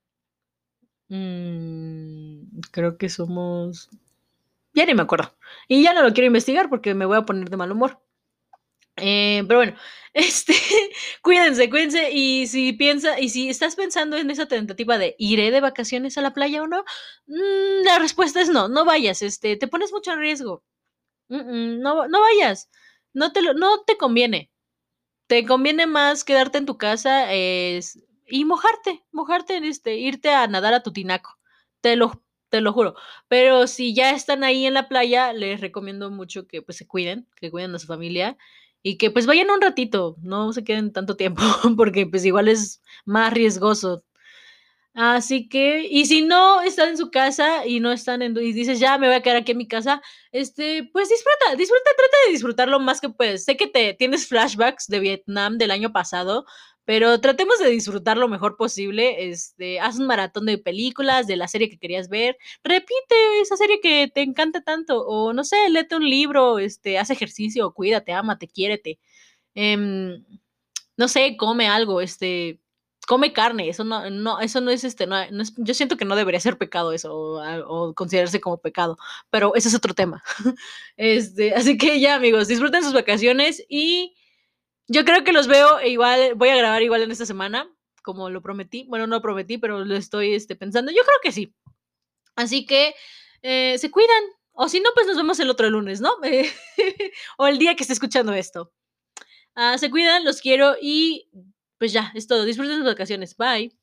Mm, creo que somos, ya ni me acuerdo. Y ya no lo quiero investigar porque me voy a poner de mal humor. Eh, pero bueno, este, cuídense, cuídense. Y si piensa, y si estás pensando en esa tentativa de iré de vacaciones a la playa o no, mm, la respuesta es no, no vayas, este, te pones mucho en riesgo. Mm, mm, no, no vayas, no te lo, no te conviene. Te conviene más quedarte en tu casa es, y mojarte, mojarte en este, irte a nadar a tu tinaco. Te lo, te lo juro. Pero si ya están ahí en la playa, les recomiendo mucho que pues se cuiden, que cuiden a su familia y que pues vayan un ratito, no se queden tanto tiempo, porque pues igual es más riesgoso. Así que, y si no están en su casa y no están en, y dices, ya me voy a quedar aquí en mi casa, este, pues disfruta, disfruta, trata de disfrutar lo más que puedes. Sé que te tienes flashbacks de Vietnam del año pasado, pero tratemos de disfrutar lo mejor posible. Este, haz un maratón de películas, de la serie que querías ver, repite esa serie que te encanta tanto, o no sé, léete un libro, este, haz ejercicio, cuídate, ámate, quiérete. Em, no sé, come algo, este, come carne, eso no, no, eso no es, este, no, no es, yo siento que no debería ser pecado eso, o, o considerarse como pecado, pero ese es otro tema. Este, así que ya, amigos, disfruten sus vacaciones y yo creo que los veo e igual, voy a grabar igual en esta semana, como lo prometí, bueno, no prometí, pero lo estoy, este, pensando, yo creo que sí. Así que, eh, se cuidan, o si no, pues nos vemos el otro lunes, ¿no? o el día que esté escuchando esto. Uh, se cuidan, los quiero y pues ya, es todo. Disfruten sus vacaciones. Bye.